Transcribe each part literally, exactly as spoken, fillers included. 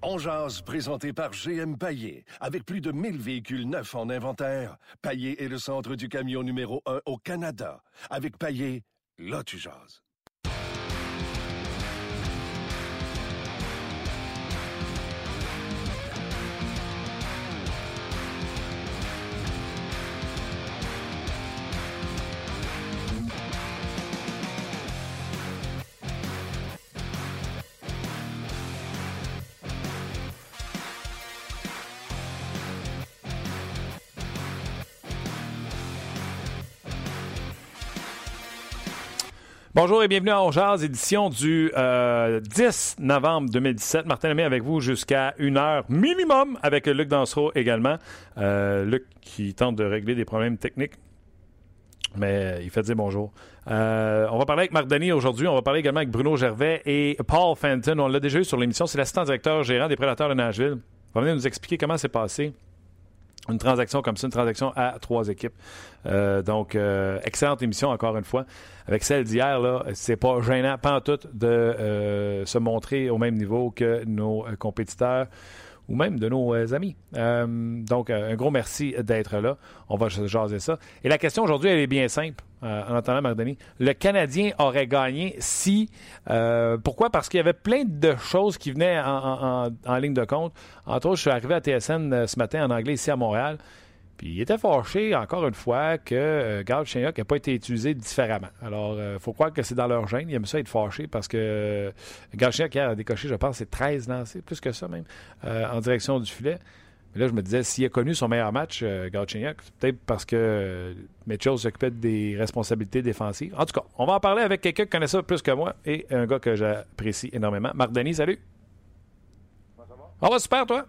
On jase, présenté par G M Paillé. Avec plus de mille véhicules neufs en inventaire, Paillé est le centre du camion numéro un au Canada. Avec Paillé, là tu jases. Bonjour et bienvenue à On Jase, édition du euh, dix novembre deux mille dix-sept. Martin Lemay avec vous jusqu'à une heure minimum, avec Luc Dansereau également. Euh, Luc qui tente de régler des problèmes techniques, mais il fait dire bonjour. Euh, on va parler avec Marc Denis aujourd'hui. On va parler également avec Bruno Gervais et Paul Fenton. On l'a déjà eu sur l'émission. C'est l'assistant directeur gérant des Prédateurs de Nashville. Il va venir nous expliquer comment c'est passé une transaction comme ça, une transaction à trois équipes. Euh, donc, euh, excellente émission encore une fois. Avec celle d'hier, là, c'est pas gênant, pas en tout, de euh, se montrer au même niveau que nos euh, compétiteurs ou même de nos euh, amis. Euh, donc, euh, un gros merci d'être là. On va jaser ça. Et la question aujourd'hui, elle est bien simple, euh, en entendant Marc Denis. Le Canadien aurait gagné si... Euh, pourquoi? Parce qu'il y avait plein de choses qui venaient en, en, en, en ligne de compte. Entre autres, je suis arrivé à T S N euh, ce matin en anglais ici à Montréal. Puis il était fâché, encore une fois, que euh, Galchenyuk n'a pas été utilisé différemment. Alors, il euh, faut croire que c'est dans leur gène. Il aime ça être fâché parce que euh, Galchenyuk hier a décoché, je pense, c'est treize lancés, plus que ça même, euh, en direction du filet. Mais là, je me disais, s'il a connu son meilleur match, euh, Galchenyuk, c'est peut-être parce que euh, Mitchell s'occupait des responsabilités défensives. En tout cas, on va en parler avec quelqu'un qui connaît ça plus que moi et un gars que j'apprécie énormément. Marc Denis, salut. Comment ça va? On va super, toi?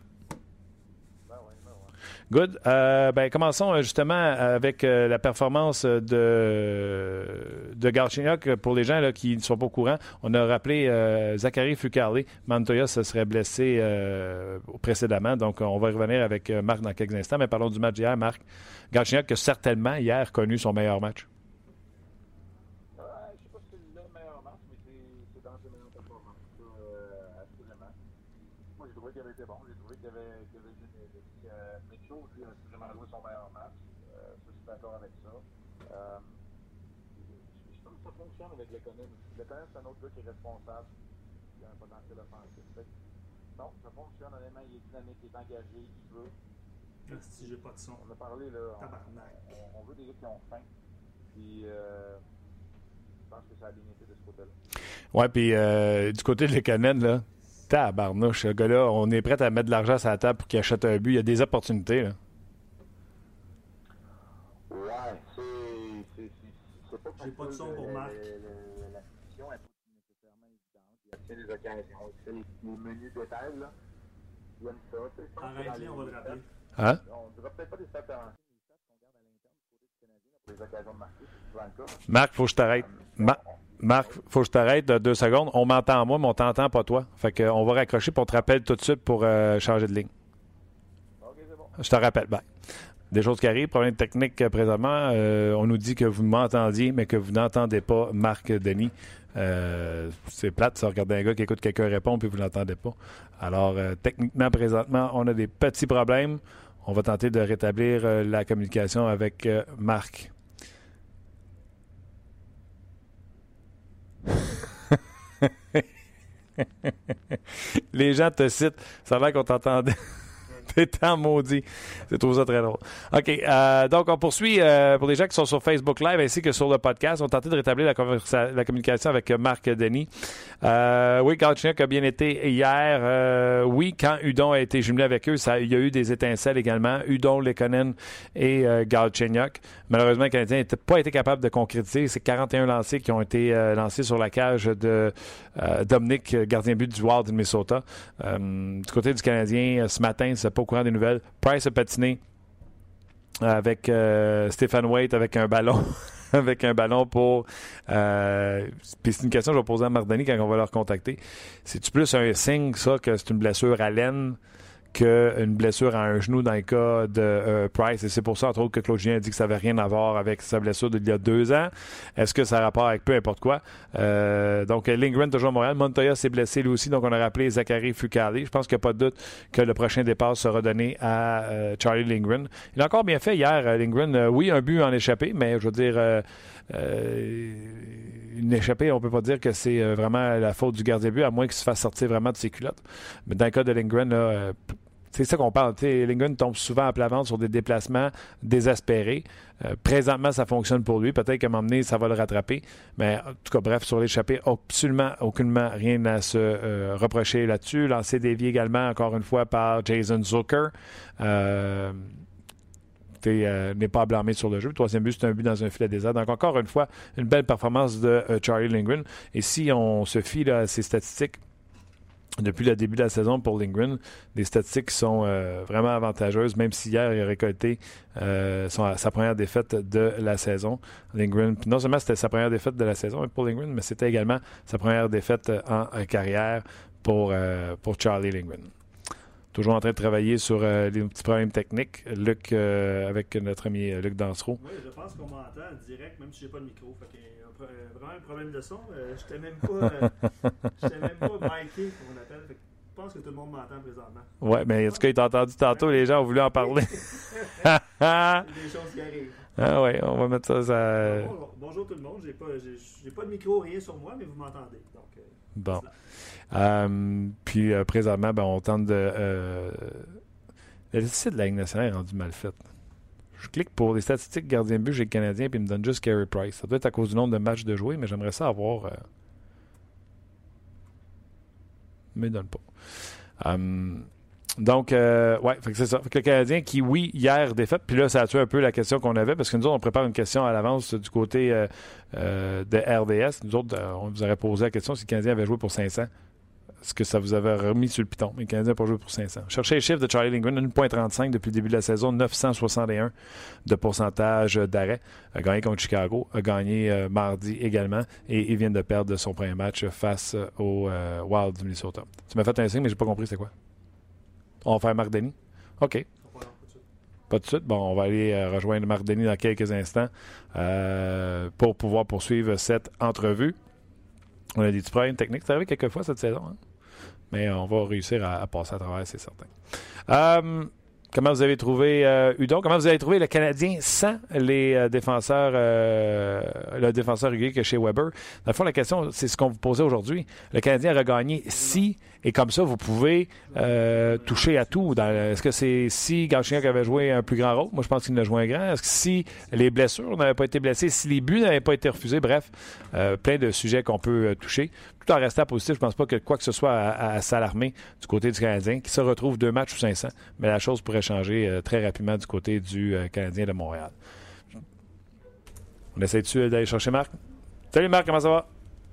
Good. Euh, ben, commençons justement avec euh, la performance de, de Galchenyuk. Pour les gens là, qui ne sont pas au courant, on a rappelé euh, Zachary Fucale. Montoya se serait blessé euh, précédemment. Donc, on va revenir avec euh, Marc dans quelques instants. Mais parlons du match d'hier, Marc. Galchenyuk a certainement hier connu son meilleur match. Euh, je ne sais pas si c'est le meilleur match, mais c'est, c'est dans ses meilleures performances. Euh, assurément. Moi, j'ai trouvé qu'il avait été bon. J'ai trouvé qu'il avait, qu'il avait généré. Euh, Mitchell, lui, a vraiment joué son meilleur match. Euh, je suis d'accord avec ça. Euh, je pense que ça fonctionne avec Lekonen aussi. Lekonen, c'est un autre gars qui est responsable. Il a un potentiel offensif. Non, ça fonctionne. Honnêtement, il est dynamique, il est engagé, il veut. Ah, si j'ai pas de son. On a parlé, là. On, on, on veut des gars qui ont faim. Puis, euh, je pense que ça a bien été de ce côté-là. Ouais, puis euh, du côté de Lekonen, là, tabarnouche, ce gars-là, on est prêt à mettre de l'argent sur la table pour qu'il achète un but. Il y a des opportunités, là. Ouais, c'est... c'est, c'est, c'est pas J'ai pas de son pour Marc. La situation n'est pas nécessairement évidente. Il y a bien des occasions. C'est les, les menus détails, là. Il aime ça. Arrête-les, on va le rappeler. Hein? On ne dira peut-être pas des stats avancées, mais les stats qu'on garde à l'interne du côté du Canadien pour les occasions de marquer, c'est souvent le cas. Marc, faut que je t'arrête. Ma- Marc, faut que je t'arrête de deux secondes. On m'entend moi, mais on t'entend pas toi. Fait qu'on va raccrocher pour on te rappelle tout de suite pour euh, changer de ligne. Ok, c'est bon. Je te rappelle. Bye. Des choses qui arrivent, problème technique euh, présentement. Euh, on nous dit que vous m'entendiez, mais que vous n'entendez pas Marc Denis. Euh, c'est plate, ça, regarder un gars qui écoute quelqu'un répondre puis vous ne l'entendez pas. Alors, euh, techniquement, présentement, on a des petits problèmes. On va tenter de rétablir euh, la communication avec euh, Marc. Les gens te citent. Ça a l'air qu'on t'entendait. T'es tant maudit. C'est tout ça très drôle. OK. Euh, donc, on poursuit euh, pour les gens qui sont sur Facebook Live ainsi que sur le podcast. On tentait de rétablir la, conversa- la communication avec Marc Denis. Euh, oui, Galchenyuk a bien été hier. Euh, oui, quand Hudon a été jumelé avec eux, ça, il y a eu des étincelles également. Hudon, Lekonen et euh, Galchenyuk. Malheureusement, le Canadien n'a pas été capable de concrétiser ces quarante et un lancers qui ont été euh, lancés sur la cage de euh, Dominic, gardien but du Wild du Minnesota. Euh, du côté du Canadien, ce matin, c'est pas au courant des nouvelles. Price a patiné avec euh, Stephen Waite avec un ballon avec un ballon pour euh, puis c'est une question que je vais poser à Marc Denis quand on va le recontacter. C'est-tu plus un signe ça que c'est une blessure à l'aine qu'une blessure à un genou dans le cas de euh, Price. Et c'est pour ça, entre autres, que Claude Julien a dit que ça n'avait rien à voir avec sa blessure d'il y a deux ans. Est-ce que ça a rapport avec peu importe quoi? Euh, donc, Lindgren, toujours à Montréal. Montoya s'est blessé lui aussi, donc on a rappelé Zachary Fucale. Je pense qu'il n'y a pas de doute que le prochain départ sera donné à euh, Charlie Lindgren. Il a encore bien fait hier, euh, Lindgren. Euh, oui, un but en échappé, mais je veux dire... Euh, euh, une échappée, on ne peut pas dire que c'est euh, vraiment la faute du gardien de but, à moins qu'il se fasse sortir vraiment de ses culottes. Mais dans le cas de Lindgren, là, euh, c'est ça qu'on parle. T'sais, Lindgren tombe souvent à plat ventre sur des déplacements désespérés. Euh, présentement, ça fonctionne pour lui. Peut-être qu'à un moment donné, ça va le rattraper. Mais en tout cas, bref, sur l'échappée, absolument, aucunement rien à se euh, reprocher là-dessus. Lancé dévié également, encore une fois, par Jason Zucker. Euh, Euh, n'est pas à blâmer sur le jeu. Le troisième but, c'est un but dans un filet désert. Donc, encore une fois, une belle performance de euh, Charlie Lindgren. Et si on se fie là, à ses statistiques depuis le début de la saison pour Lindgren, des statistiques qui sont euh, vraiment avantageuses, même si hier, il a récolté euh, son, sa première défaite de la saison. Lindgren, non seulement c'était sa première défaite de la saison pour Lindgren, mais c'était également sa première défaite en, en carrière pour, euh, pour Charlie Lindgren. Toujours en train de travailler sur euh, les petits problèmes techniques. Luc, euh, avec notre ami euh, Luc Dansereau. Oui, je pense qu'on m'entend en direct, même si j'ai pas de micro. Fait qu'il y a un, euh, vraiment un problème de son. Euh, je n'étais même pas, euh, j'étais même pas miké, comme on appelle. Fait que je pense que tout le monde m'entend présentement. Oui, mais en tout cas, il t'a entendu tantôt. Les gens ont voulu en parler. Il y a des choses qui arrivent. Ah oui, on va mettre ça... ça... Bon, bonjour tout le monde. J'ai pas, j'ai, j'ai pas de micro, rien sur moi, mais vous m'entendez. Donc, euh, bon. Euh, puis euh, présentement, ben, on tente de... Euh... Le site de la Ligue nationale est rendu mal fait. Je clique pour les statistiques gardien de but chez le Canadien, puis il me donne juste Carey Price. Ça doit être à cause du nombre de matchs de jouer, mais j'aimerais ça avoir... Euh... Mais il ne donne pas. Um... Donc, euh, ouais, fait que c'est ça. Fait que le Canadien qui, oui, hier, défaite, puis là, ça a tué un peu la question qu'on avait, parce que nous autres, on prépare une question à l'avance du côté euh, euh, de R D S. Nous autres, euh, on vous aurait posé la question si le Canadien avait joué pour cinq cents. Est-ce que ça vous avait remis sur le piton? Mais le Canadien n'a pas joué pour cinq cents. Cherchez les chiffres de Charlie Lindgren, un virgule trente-cinq depuis le début de la saison, neuf cent soixante et un de pourcentage d'arrêt. A gagné contre Chicago, a gagné euh, mardi également, et il vient de perdre son premier match face au euh, Wild du Minnesota. Tu m'as fait un signe, mais j'ai pas compris c'est quoi. On va faire Marc Denis? OK. Pas de suite. Bon, on va aller euh, rejoindre Marc Denis dans quelques instants euh, pour pouvoir poursuivre cette entrevue. On a des petits problèmes techniques. C'est arrivé quelques fois cette saison, hein? Mais on va réussir à, à passer à travers, c'est certain. Euh, comment vous avez trouvé euh, Hudon? Comment vous avez trouvé le Canadien sans les euh, défenseurs, euh, le défenseur régulier que chez Weber? Dans le fond, la question, c'est ce qu'on vous posait aujourd'hui. Le Canadien a regagné si, et comme ça, vous pouvez euh, toucher à tout. Dans, est-ce que c'est si Galchenyuk avait joué un plus grand rôle? Moi, je pense qu'il en a joué un grand. Est-ce que si les blessures n'avaient pas été blessées, si les buts n'avaient pas été refusés? Bref, euh, plein de sujets qu'on peut euh, toucher. Tout en restant positif, je ne pense pas que quoi que ce soit à, à, à s'alarmer du côté du Canadien, qui se retrouve deux matchs ou cinq cents. Mais la chose pourrait changer euh, très rapidement du côté du euh, Canadien de Montréal. On essaie-tu d'aller chercher Marc? Salut Marc, comment ça va?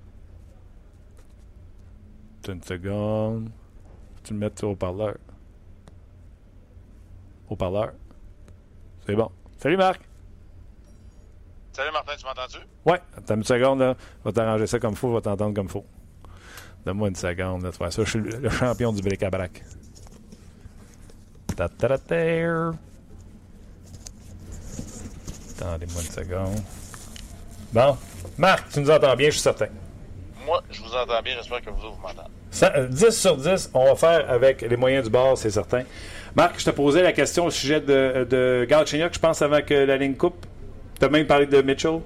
Une seconde. Faut-tu le mettre au haut-parleur? Haut-parleur. C'est bon. Salut Marc! Salut Martin, tu m'entends-tu? Ouais, attends une seconde, là. Je vais t'arranger ça comme il faut, je vais t'entendre comme il faut. Donne-moi une seconde, là, tu vois ça. Je suis le, le champion du bric-à-brac. Ta-ta-ta-ta. Attendez-moi une seconde. Bon. Marc, tu nous entends bien, je suis certain. Moi, je vous entends bien, j'espère que vous autres vous m'entendez. Ça, dix sur dix, on va faire avec les moyens du bord, c'est certain. Marc, je te posais la question au sujet de, de Galchenyuk, je pense, avant que la ligne coupe. Tu as même parlé de Mitchell.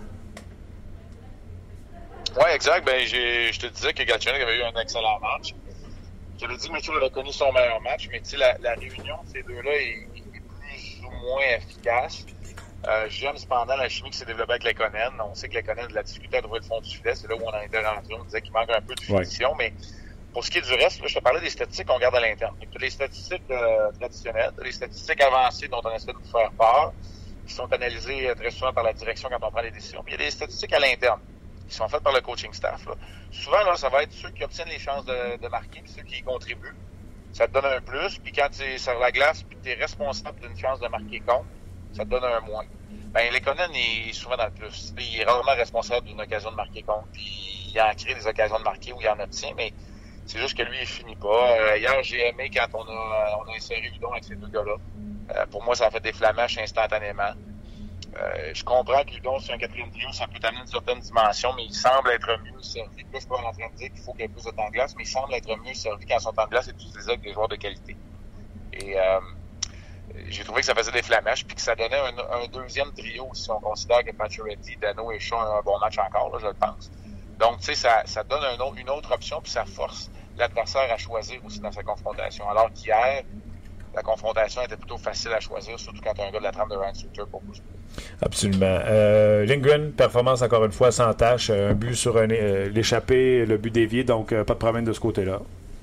Oui, exact. Ben, j'ai, je te disais que Galchenyuk avait eu un excellent match. Je te l'ai dit que Mitchell a connu son meilleur match, mais tu sais, la, la réunion de ces deux-là est, est plus ou moins efficace. Euh, j'aime cependant la chimie qui s'est développée avec Lekonen. On sait que Lekonen a de la difficulté à trouver le fond du filet. C'est là où on en était rendu. On disait qu'il manque un peu de finition. Ouais. Mais pour ce qui est du reste, là, je te parlais des statistiques qu'on regarde à l'interne. Tu as les statistiques euh, traditionnelles, tu as les statistiques avancées dont on essaie de vous faire part, qui sont analysées très souvent par la direction quand on prend les décisions. Puis il y a des statistiques à l'interne qui sont faites par le coaching staff. Là. Souvent, là, ça va être ceux qui obtiennent les chances de, de marquer puis ceux qui y contribuent. Ça te donne un plus. Puis quand tu es sur la glace puis tu es responsable d'une chance de marquer contre, ça te donne un moins. Ben, Lekonen est souvent dans le plus. Il est rarement responsable d'une occasion de marquer contre. Puis il en crée des occasions de marquer où il en obtient, mais C'est juste que lui, il finit pas. Euh, hier, j'ai aimé quand on a, on a inséré Hudon avec ces deux gars-là. Euh, pour moi, ça a fait des flammages instantanément. Euh, je comprends qu'Hudon, sur un quatrième trio, ça peut amener une certaine dimension, mais il semble être mieux servi. Là, je suis pas en train de dire qu'il faut qu'il y ait plus de temps de glace, mais il semble être mieux servi quand son temps de glace est utilisé avec des joueurs de qualité. Et euh, j'ai trouvé que ça faisait des flammages, puis que ça donnait un, un deuxième trio, si on considère que Pacioretty, Dano et Shaw ont un bon match encore, là, je le pense. Donc, tu sais, ça, ça donne un autre, une autre option, puis ça force l'adversaire à choisir aussi dans sa confrontation. Alors qu'hier, la confrontation était plutôt facile à choisir, surtout quand tu as un gars de la trame de Ryan Suter pour bouger. Absolument. Euh, Lindgren, performance encore une fois sans tâche, un but sur un, euh, l'échappé, le but dévié, donc euh, pas de problème de ce côté-là.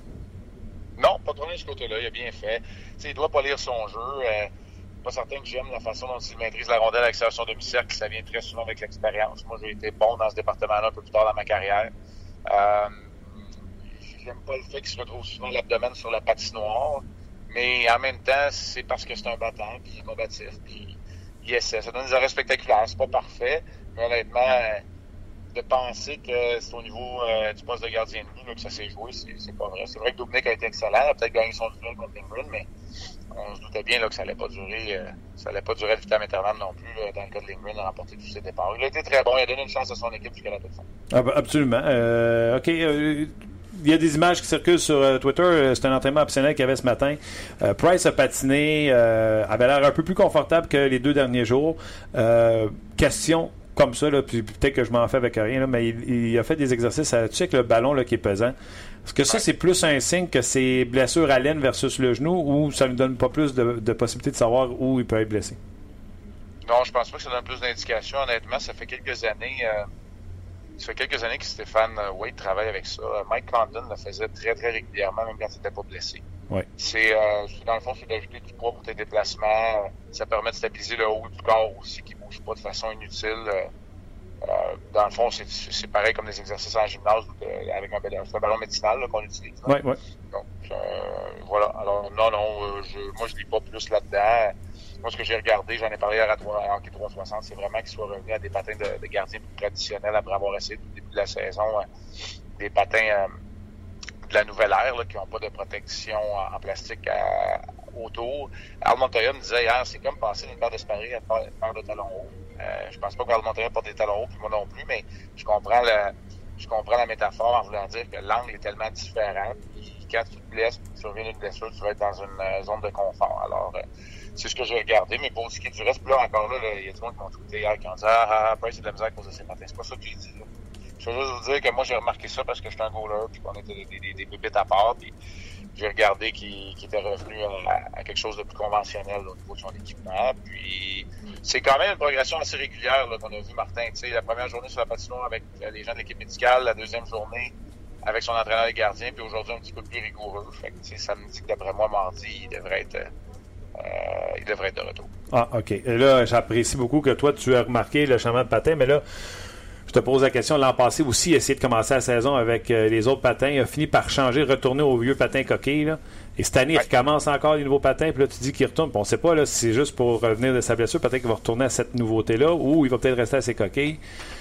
Non, pas de problème de ce côté-là, il a bien fait. T'sais, il doit pas lire son jeu. Euh, pas certain que j'aime la façon dont il maîtrise la rondelle avec son demi-cercle, ça vient très souvent avec l'expérience. Moi, j'ai été bon dans ce département-là un peu plus tard dans ma carrière. Euh, j'aime pas le fait qu'il se retrouve souvent l'abdomen sur la patinoire, mais en même temps, c'est parce que c'est un battant, puis il est combatif, puis il essaie. Ça donne des arrêts spectaculaires. C'est pas parfait, mais honnêtement, de penser que c'est au niveau euh, du poste de gardien de but là, que ça s'est joué, c'est, c'est pas vrai. C'est vrai que Dubnyk a été excellent, il a peut-être gagné son duel contre Lindgren, mais on se doutait bien là, que ça allait pas durer euh, ça allait pas durer à vitam aeternam non plus là, dans le cas de Lindgren à remporter tous ses départs. Il a été très bon, il a donné une chance à son équipe jusqu'à la toute fin. Ah, ben, absolument. Euh, OK. Euh, il y a des images qui circulent sur euh, Twitter. C'est un entraînement optionnel qu'il y avait ce matin. Euh, Price a patiné, euh, avait l'air un peu plus confortable que les deux derniers jours. Euh, question comme ça, là, puis peut-être que je m'en fais avec rien, là, mais il, il a fait des exercices à, tu sais, avec le ballon là, qui est pesant. Est-ce que ça, c'est plus un signe que c'est blessure à l'aine versus le genou ou ça ne donne pas plus de, de possibilités de savoir où il peut être blessé? Non, je pense pas que ça donne plus d'indications. Honnêtement, ça fait quelques années euh, ça fait quelques années que Stéphane Wade travaille avec ça. Mike Condon le faisait très, très régulièrement, même quand il n'était pas blessé. Ouais. C'est, euh, dans le fond, c'est d'ajouter du poids pour tes déplacements. Ça permet de stabiliser le haut du corps aussi, qui ne bouge pas de façon inutile. Euh, dans le fond, c'est, c'est pareil comme des exercices en gymnase euh, avec un ballon, c'est un ballon médicinal là, qu'on utilise. Oui, oui. Donc, euh, voilà. Alors, non, non, euh, je, moi, je lis pas plus là-dedans. Moi, ce que j'ai regardé, j'en ai parlé à, à Hockey trois cent soixante, c'est vraiment qu'il soit revenu à des patins de, de gardiens plus traditionnels après avoir essayé au début de la saison euh, des patins euh, de la nouvelle ère là, qui n'ont pas de protection en, en plastique à, autour. Al Montoya me disait hier, c'est comme passer d'une paire d'espadrilles à une paire, une paire de talons hauts. Euh, je pense pas qu'Al Montoya porte des talons hauts, puis moi non plus, mais je comprends la, je comprends la métaphore en voulant dire que l'angle est tellement différent. Puis quand tu te blesses, tu reviens d'une blessure, tu vas être dans une euh, zone de confort. Alors, euh, c'est ce que j'ai regardé, mais pour ce qui est du reste, puis là, encore là, il y a du monde qui m'ont tweeté hier qui ont dit « Ah, ah, Price, c'est de la misère à cause de ses patins. » C'est pas ça que j'ai dit, là. Je veux juste vous dire que moi, j'ai remarqué ça parce que j'étais un goaler, puis qu'on était des, des, des, des pépites à part, puis j'ai regardé qu'il, qu'il était revenu à, à quelque chose de plus conventionnel là, au niveau de son équipement. Puis c'est quand même une progression assez régulière là, qu'on a vu Martin. Tu sais, la première journée sur la patinoire avec les gens de l'équipe médicale, la deuxième journée avec son entraîneur des gardiens, puis aujourd'hui un petit peu plus rigoureux. Fait que, tu sais, ça me dit que d'après moi, mardi, il devrait être, euh, il devrait être de retour. Ah, OK. Et là, j'apprécie beaucoup que toi, tu as remarqué le changement de patin, mais là, je te pose la question, l'an passé aussi, il a essayé de commencer la saison avec euh, les autres patins. Il a fini par changer, retourner au vieux patin coquille. Là. Et cette année, ouais. il recommence encore les nouveaux patins. Puis là, tu dis qu'il retourne. Puis on ne sait pas là, si c'est juste pour revenir de sa blessure. Peut-être qu'il va retourner à cette nouveauté-là ou il va peut-être rester à ses coquilles.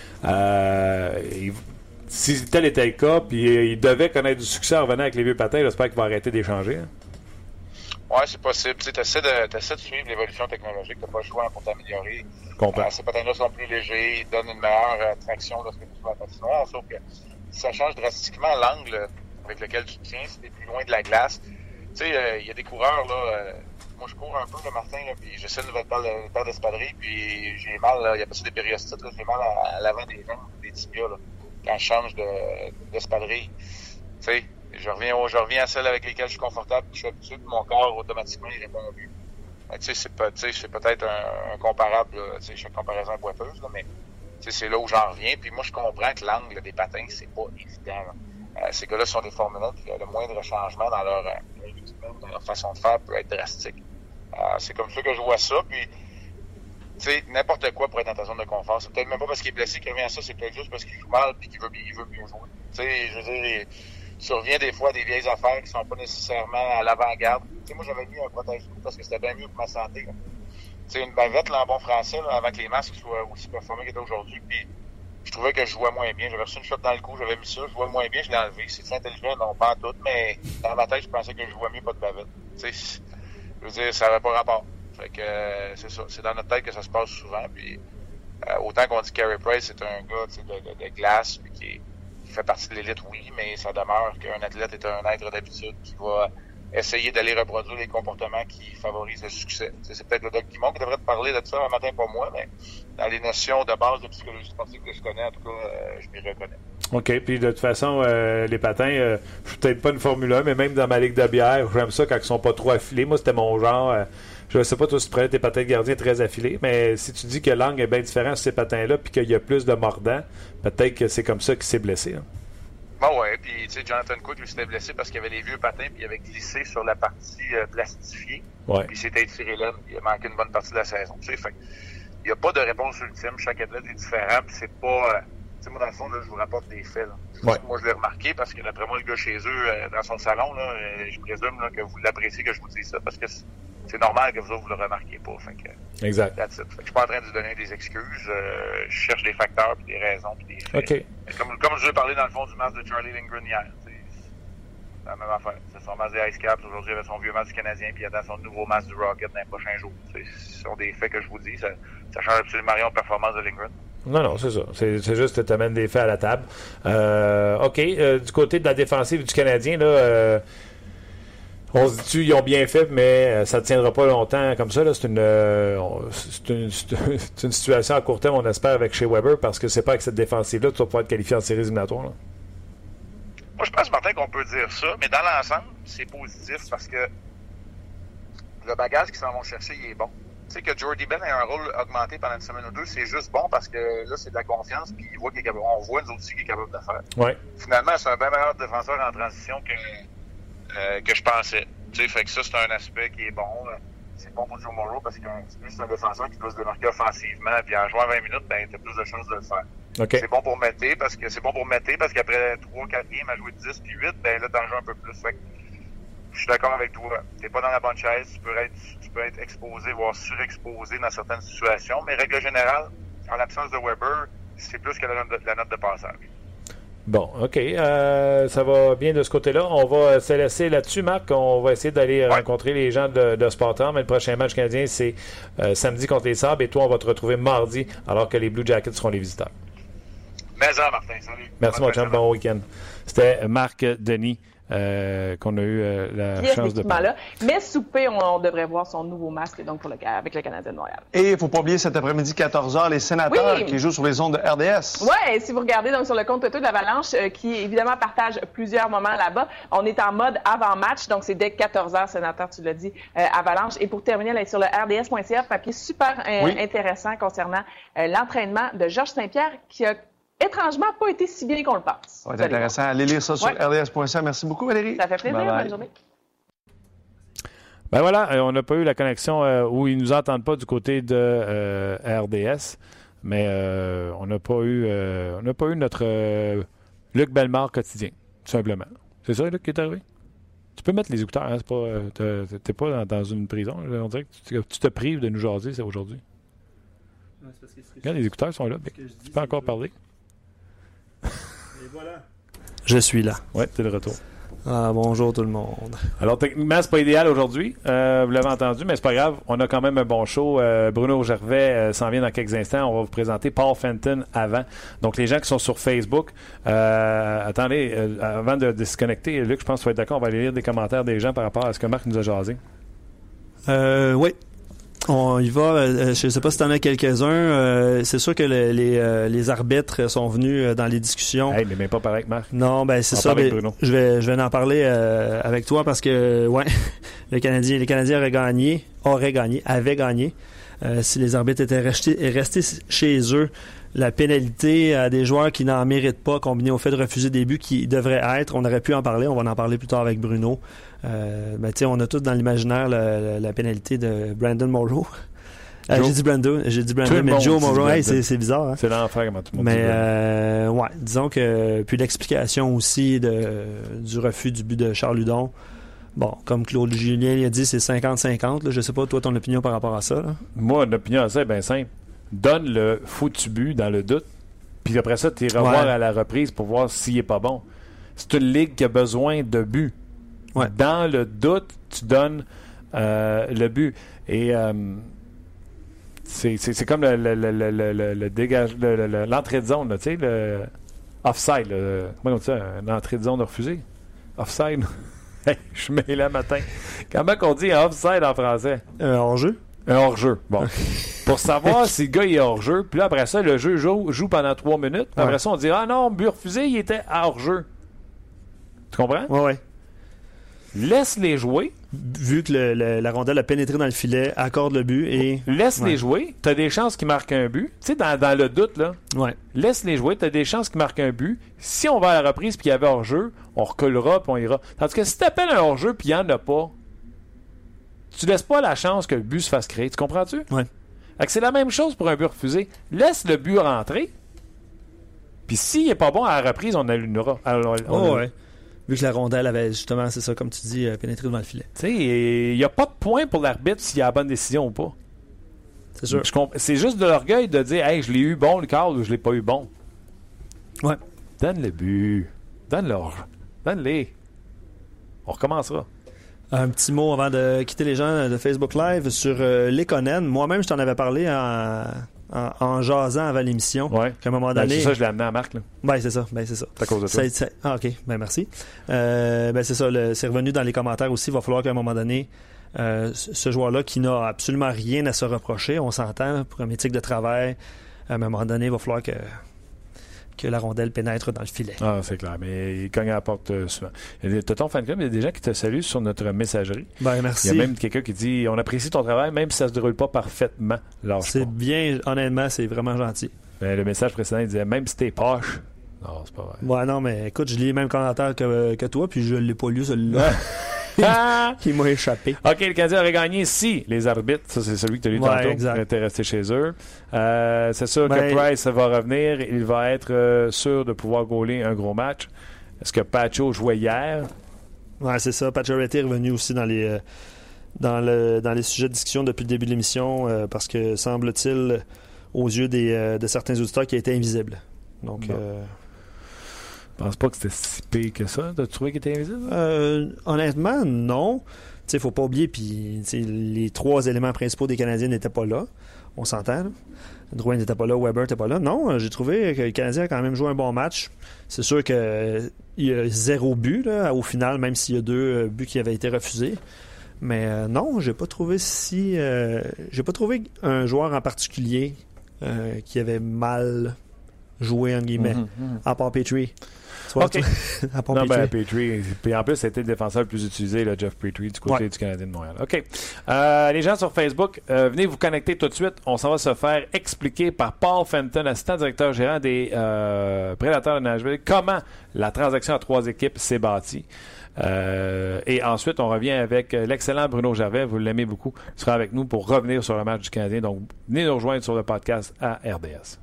Euh, il, si tel était le cas, puis il devait connaître du succès en revenant avec les vieux patins, j'espère qu'il va arrêter d'échanger. Hein. Oui, c'est possible. Tu essaies de, de suivre l'évolution technologique. Tu n'as pas le choix pour t'améliorer. Euh, ces patins-là sont plus légers, ils donnent une meilleure euh, traction lorsque tu es sur la patinoire. Sauf que ça change drastiquement l'angle avec lequel tu te tiens si tu es plus loin de la glace. Tu sais, il euh, y a des coureurs, là. Euh, moi, je cours un peu, le Martin, là, puis j'essaie de nouvelle paire, une paire d'espadrilles, puis j'ai mal, il y a pas ça des périostites, là, j'ai mal à, à l'avant des jambes, des tibias, là, quand je change de, d'espadrille. Tu sais, je reviens, je reviens à celles avec lesquelles je suis confortable, puis je suis habitué, puis mon corps, automatiquement, il répond au but. Tu sais, c'est, peut, c'est peut-être un, un comparable, tu sais, chaque comparaison boiteuse, là, mais c'est là où j'en reviens. Puis moi, je comprends que l'angle des patins, c'est pas évident. Euh, ces gars-là sont des formules, puis le moindre changement dans leur, euh, dans leur façon de faire peut être drastique. Euh, c'est comme ça que je vois ça. Puis, tu sais, n'importe quoi pour être dans ta zone de confort. C'est peut-être même pas parce qu'il est blessé qu'il revient à ça, c'est peut-être juste parce qu'il joue mal et qu'il veut, il veut bien jouer. Tu sais, je veux dire, tu reviens des fois à des vieilles affaires qui sont pas nécessairement à l'avant-garde. Tu sais, moi, j'avais mis un protège-cou parce que c'était bien mieux pour ma santé. Tu sais, une bavette, là, en bon français, là, avant que les masques soient aussi performés qu'ils étaient aujourd'hui. Puis, je trouvais que je jouais moins bien. J'avais reçu une shot dans le cou, j'avais mis ça, je jouais moins bien, je l'ai enlevé. C'est intelligent, non pas en tout, mais dans ma tête, je pensais que je jouais mieux pas de bavette. Tu sais, je veux dire, ça n'avait pas rapport. Fait que euh, c'est ça, c'est dans notre tête que ça se passe souvent. Puis euh, autant qu'on dit que Carey Price, c'est un gars de, de, de glace, puis qui, qui fait partie de l'élite, oui, mais ça demeure qu'un athlète est un être d'habitude qui va essayer d'aller reproduire les comportements qui favorisent le succès. T'sais, c'est peut-être le Doc Guimond qui devrait te parler de ça un matin, pas moi, mais dans les notions de base de psychologie sportive que je connais, en tout cas, euh, je m'y reconnais. OK, puis de toute façon, euh, les patins, euh, je suis peut-être pas une Formule un, mais même dans ma ligue de bière, j'aime ça quand ils sont pas trop affilés. Moi, c'était mon genre. Euh, je sais pas, toi, si tu prenais tes patins de gardien très affilés, mais si tu dis que l'angle est bien différent sur ces patins-là, puis qu'il y a plus de mordants, peut-être que c'est comme ça qu'il s'est blessé. Hein. Bon, ouais, puis tu sais, Jonathan Quick, lui, s'était blessé parce qu'il avait les vieux patins, puis il avait glissé sur la partie euh, plastifiée, ouais. Puis il s'était étiré là, puis il a manqué une bonne partie de la saison. Tu sais, fait il n'y a pas de réponse ultime, chaque athlète est différent, puis c'est pas... Euh, tu sais, moi, dans le fond, là, je vous rapporte des faits. Là. Ouais. Moi, je l'ai remarqué parce que, d'après moi, le gars chez eux, euh, dans son salon, là, euh, je présume là, que vous l'appréciez que je vous dise ça, parce que c'est, c'est normal que vous autres, vous le remarquiez pas. Fait que, exact. That's it. Fait que je suis pas en train de vous donner des excuses. Euh, je cherche des facteurs, puis des raisons, puis des faits. OK. Comme, comme je vous ai parlé, dans le fond, du match de Charlie Lindgren hier. C'est la même affaire. C'est son match des Ice Caps. Aujourd'hui, il avait son vieux match du Canadien, puis il attend son nouveau match du Rocket dans les prochains jours. C'est, ce sont des faits que je vous dis. Ça, ça change absolument rien aux performances de Lindgren. Non, non, c'est ça. C'est, c'est juste que tu amènes des faits à la table. Euh, OK. Euh, du côté de la défensive du Canadien, là, euh, on se dit-tu, ils ont bien fait, mais ça ne tiendra pas longtemps comme ça. Là. C'est, une, euh, c'est, une, c'est une situation à court terme, on espère, avec Shea Weber, parce que c'est pas avec cette défensive-là que tu vas pouvoir être qualifié en séries éliminatoires. Là. Moi, je pense, Martin, qu'on peut dire ça, mais dans l'ensemble, c'est positif parce que le bagage qu'ils s'en vont chercher, il est bon. Tu sais que Jordy Ben a un rôle augmenté pendant une semaine ou deux, c'est juste bon parce que là, c'est de la confiance, puis il voit qu'il est capable, on voit nous autres aussi qu'il est capable de faire. Ouais. Finalement, c'est un bien meilleur défenseur en transition que, euh, que je pensais. Tu sais, fait que ça, c'est un aspect qui est bon. C'est bon pour Joe Morrow parce que c'est un défenseur qui doit se démarquer offensivement, puis en jouant vingt minutes, ben, t'as plus de chances de le faire. Okay. C'est bon pour Mété parce que c'est bon pour Mété parce qu'après trois quatre games à jouer dix puis huit, ben là, t'en joues un peu plus. Fait que je suis d'accord avec toi. T'es pas dans la bonne chaise, tu peux être, tu peux être exposé, voire surexposé dans certaines situations, mais règle générale, en l'absence de Weber, c'est plus que la note de, la note de passage. Bon, OK. Euh, ça va bien de ce côté-là. On va se laisser là-dessus, Marc. On va essayer d'aller ouais. rencontrer les gens de, de Sportran, mais le prochain match canadien, c'est euh, samedi contre les Sabres, et toi, on va te retrouver mardi, alors que les Blue Jackets seront les visiteurs. Mais ça, Martin. Salut. Merci, mon chum. Bon week-end. C'était Marc Denis. Euh, qu'on a eu euh, la Pièce chance de parler. Là. Mais souper, on, on devrait voir son nouveau masque donc pour le, avec le Canadien de Montréal. Et il ne faut pas oublier cet après-midi, quatorze heures, les sénateurs oui. qui jouent sur les ondes de R D S. Oui, si vous regardez donc sur le compte Twitter de l'Avalanche, euh, qui évidemment partage plusieurs moments là-bas, on est en mode avant-match, donc c'est dès quatorze heures, sénateur, tu l'as dit, euh, Avalanche. Et pour terminer, là, sur le R D S point C A, papier super euh, oui. intéressant concernant euh, l'entraînement de Georges Saint-Pierre qui a étrangement pas été si bien qu'on le pense. Ça va être intéressant. Allez lire ça sur ouais. R D S point C A. Merci beaucoup, Valérie. Ça fait plaisir. Bye bye. Bonne journée. Ben voilà, on n'a pas eu la connexion euh, où ils ne nous entendent pas du côté de euh, R D S, mais euh, on n'a pas eu euh, on n'a pas eu notre euh, Luc Bellemare quotidien, tout simplement. C'est ça, Luc, qui est arrivé? Tu peux mettre les écouteurs, hein? C'est pas, euh, t'es pas dans, dans une prison. Là. On dirait que tu, tu te prives de nous jaser, c'est aujourd'hui. Ouais, c'est parce que c'est Regarde, les écouteurs sont là. Tu peux encore parler? Et voilà. Je suis là. Oui, c'est le retour. Ah, bonjour tout le monde. Alors, techniquement, c'est pas idéal aujourd'hui. Euh, vous l'avez entendu, mais c'est pas grave. On a quand même un bon show. Euh, Bruno Gervais euh, s'en vient dans quelques instants. On va vous présenter Paul Fenton avant. Donc, les gens qui sont sur Facebook, euh, attendez, euh, avant de, de se connecter, Luc, je pense que tu vas être d'accord. On va aller lire des commentaires des gens par rapport à ce que Marc nous a jasé. Euh, oui. On y va. Euh, je ne sais pas si tu en as quelques-uns. Euh, c'est sûr que le, les, euh, les arbitres sont venus dans les discussions. Hey, mais même pas pareil avec Marc. Non, ben c'est ça. Ben, je vais, je vais en parler euh, avec toi parce que, ouais, le Canadien, les Canadiens auraient gagné, auraient gagné, avaient gagné. Euh, si les arbitres étaient restés, restés chez eux, la pénalité à des joueurs qui n'en méritent pas, combinée au fait de refuser des buts qui devraient être, on aurait pu en parler. On va en parler plus tard avec Bruno. Euh, ben, on a tous dans l'imaginaire la, la, la pénalité de Brandon Morrow. Euh, j'ai dit Brandon, j'ai dit Brandon, mais Joe Morrow, hey, c'est, c'est bizarre. Hein? C'est l'enfer comment tout le monde Mais dit. Euh, ouais, disons que puis l'explication aussi de, du refus du but de Charles Hudon. Bon, comme Claude Julien il a dit, c'est cinquante cinquante. Là. Je sais pas, toi, ton opinion par rapport à ça. Là. Moi, l'opinion à ça est bien simple. Donne le foutu but dans le doute, Puis après ça, tu iras Ouais. voir à la reprise pour voir s'il n'est pas bon. C'est une ligue qui a besoin de buts. Ouais. Dans le doute, tu donnes euh, le but. Et euh, c'est, c'est, c'est comme le, le, le, le, le, le, le dégage, le, le, le, l'entrée de zone, là, tu sais, le offside. Là, comment on dit ça? Une entrée de zone refusée? Offside? Hey, je suis mêlé le matin. Comment qu'on dit offside en français? Un hors-jeu? Un hors-jeu. Bon. Pour savoir si le gars il est hors-jeu, puis là, après ça, le jeu joue, joue pendant trois minutes. Puis après Ouais. ça, on dit ah non, but refusé, il était hors-jeu. Tu comprends? Ouais, ouais. Laisse-les jouer. Vu que le- le- la rondelle a pénétré dans le filet, accorde le but et. Laisse-les Ouais. jouer. Tu as des chances qu'ils marquent un but. Tu sais, dans, dans le doute, là, Ouais. laisse-les jouer. Tu as des chances qu'ils marquent un but. Si on va à la reprise puis qu'il y avait hors-jeu, on reculera puis on ira. Tandis que si tu appelles un hors-jeu puis il n'y en a pas, tu laisses pas la chance que le but se fasse créer. Tu comprends-tu? Ouais. Fait que c'est la même chose pour un but refusé. Laisse le but rentrer. Puis s'il n'est pas bon à la reprise, on allumera. Alors, on- Oh, ouais. Vu que la rondelle avait justement, c'est ça, comme tu dis, euh, pénétré dans le filet. Tu sais, il n'y a pas de point pour l'arbitre s'il a la bonne décision ou pas. C'est sûr. Je comp- C'est juste de l'orgueil de dire hey, je l'ai eu bon le call ou je l'ai pas eu bon. Ouais. Donne le but. Donne-leur. Donne-les. On recommencera. Un petit mot avant de quitter les gens de Facebook Live sur euh, Lekonen. Moi-même, je t'en avais parlé en, en, en jasant avant l'émission. Ouais. Qu'à un moment Ben, donné. c'est ça, je l'ai amené à Marc. Là. Ben, c'est ça. Ben, c'est ça. C'est à cause de Ça- toi. ça- ah, OK. Ben, merci. Euh, ben, c'est ça. le- c'est revenu dans les commentaires aussi. Il va falloir qu'à un moment donné, euh, ce ce joueur-là qui n'a absolument rien à se reprocher, on s'entend, pour un éthique de travail, à un moment donné, il va falloir que, que la rondelle pénètre dans le filet. Ah, c'est clair. Mais il cogne à la porte euh, souvent. Il y a- T'as ton fan club, il y a des gens qui te saluent sur notre messagerie. Ben, Il y merci. a même quelqu'un qui dit on apprécie ton travail, même si ça se déroule pas parfaitement. Lâche C'est pas. bien, honnêtement, c'est vraiment gentil. Ben, le message précédent, il disait même si t'es poche. Non, c'est pas vrai. Ouais, non, mais écoute, je lis les mêmes commentaires que, que toi, puis je l'ai pas lu, celui-là. Ah! Il m'a échappé. OK, le Canadien aurait gagné si les arbitres, ça c'est celui que tu as lu Ouais, tantôt, exact. étaient restés chez eux. Euh, c'est sûr Ben, que Price va revenir. Il va être euh, sûr de pouvoir gauler un gros match. Est-ce que Pacho jouait hier? Ouais, c'est ça. Pacioretty est revenu aussi dans les, euh, dans, le, dans les sujets de discussion depuis le début de l'émission, euh, parce que semble-t-il, aux yeux des, euh, de certains auditeurs, qu'il a été invisible. Donc, Bon. euh, Je pense pas que c'était si pire que ça. T'as trouvé qu'il était invisible? euh, honnêtement, non. Tu sais, faut pas oublier, puis tu sais, les trois éléments principaux des Canadiens n'étaient pas là. On s'entend, là. Drouin n'était pas là, Weber n'était pas là. Non, j'ai trouvé que le Canadien a quand même joué un bon match. C'est sûr qu'il y a zéro but là, au final, même s'il y a deux buts qui avaient été refusés. Mais euh, non, j'ai pas trouvé si. Euh, j'ai pas trouvé un joueur en particulier euh, qui avait mal joué, en guillemets, Mhm, mhm. à part Petrie. Tu vois, OK. tu- à part Non, ben, Petrie. Petrie. Puis en plus, c'était le défenseur le plus utilisé, là, Jeff Petrie, du côté Ouais. du Canadien de Montréal. OK. Euh, les gens sur Facebook, euh, venez vous connecter tout de suite. On s'en va se faire expliquer par Paul Fenton, assistant directeur gérant des euh, Prédateurs de Nashville, comment la transaction à trois équipes s'est bâtie. Euh, et ensuite, on revient avec l'excellent Bruno Gervais. Vous l'aimez beaucoup. Il sera avec nous pour revenir sur le match du Canadien. Donc, venez nous rejoindre sur le podcast à R D S.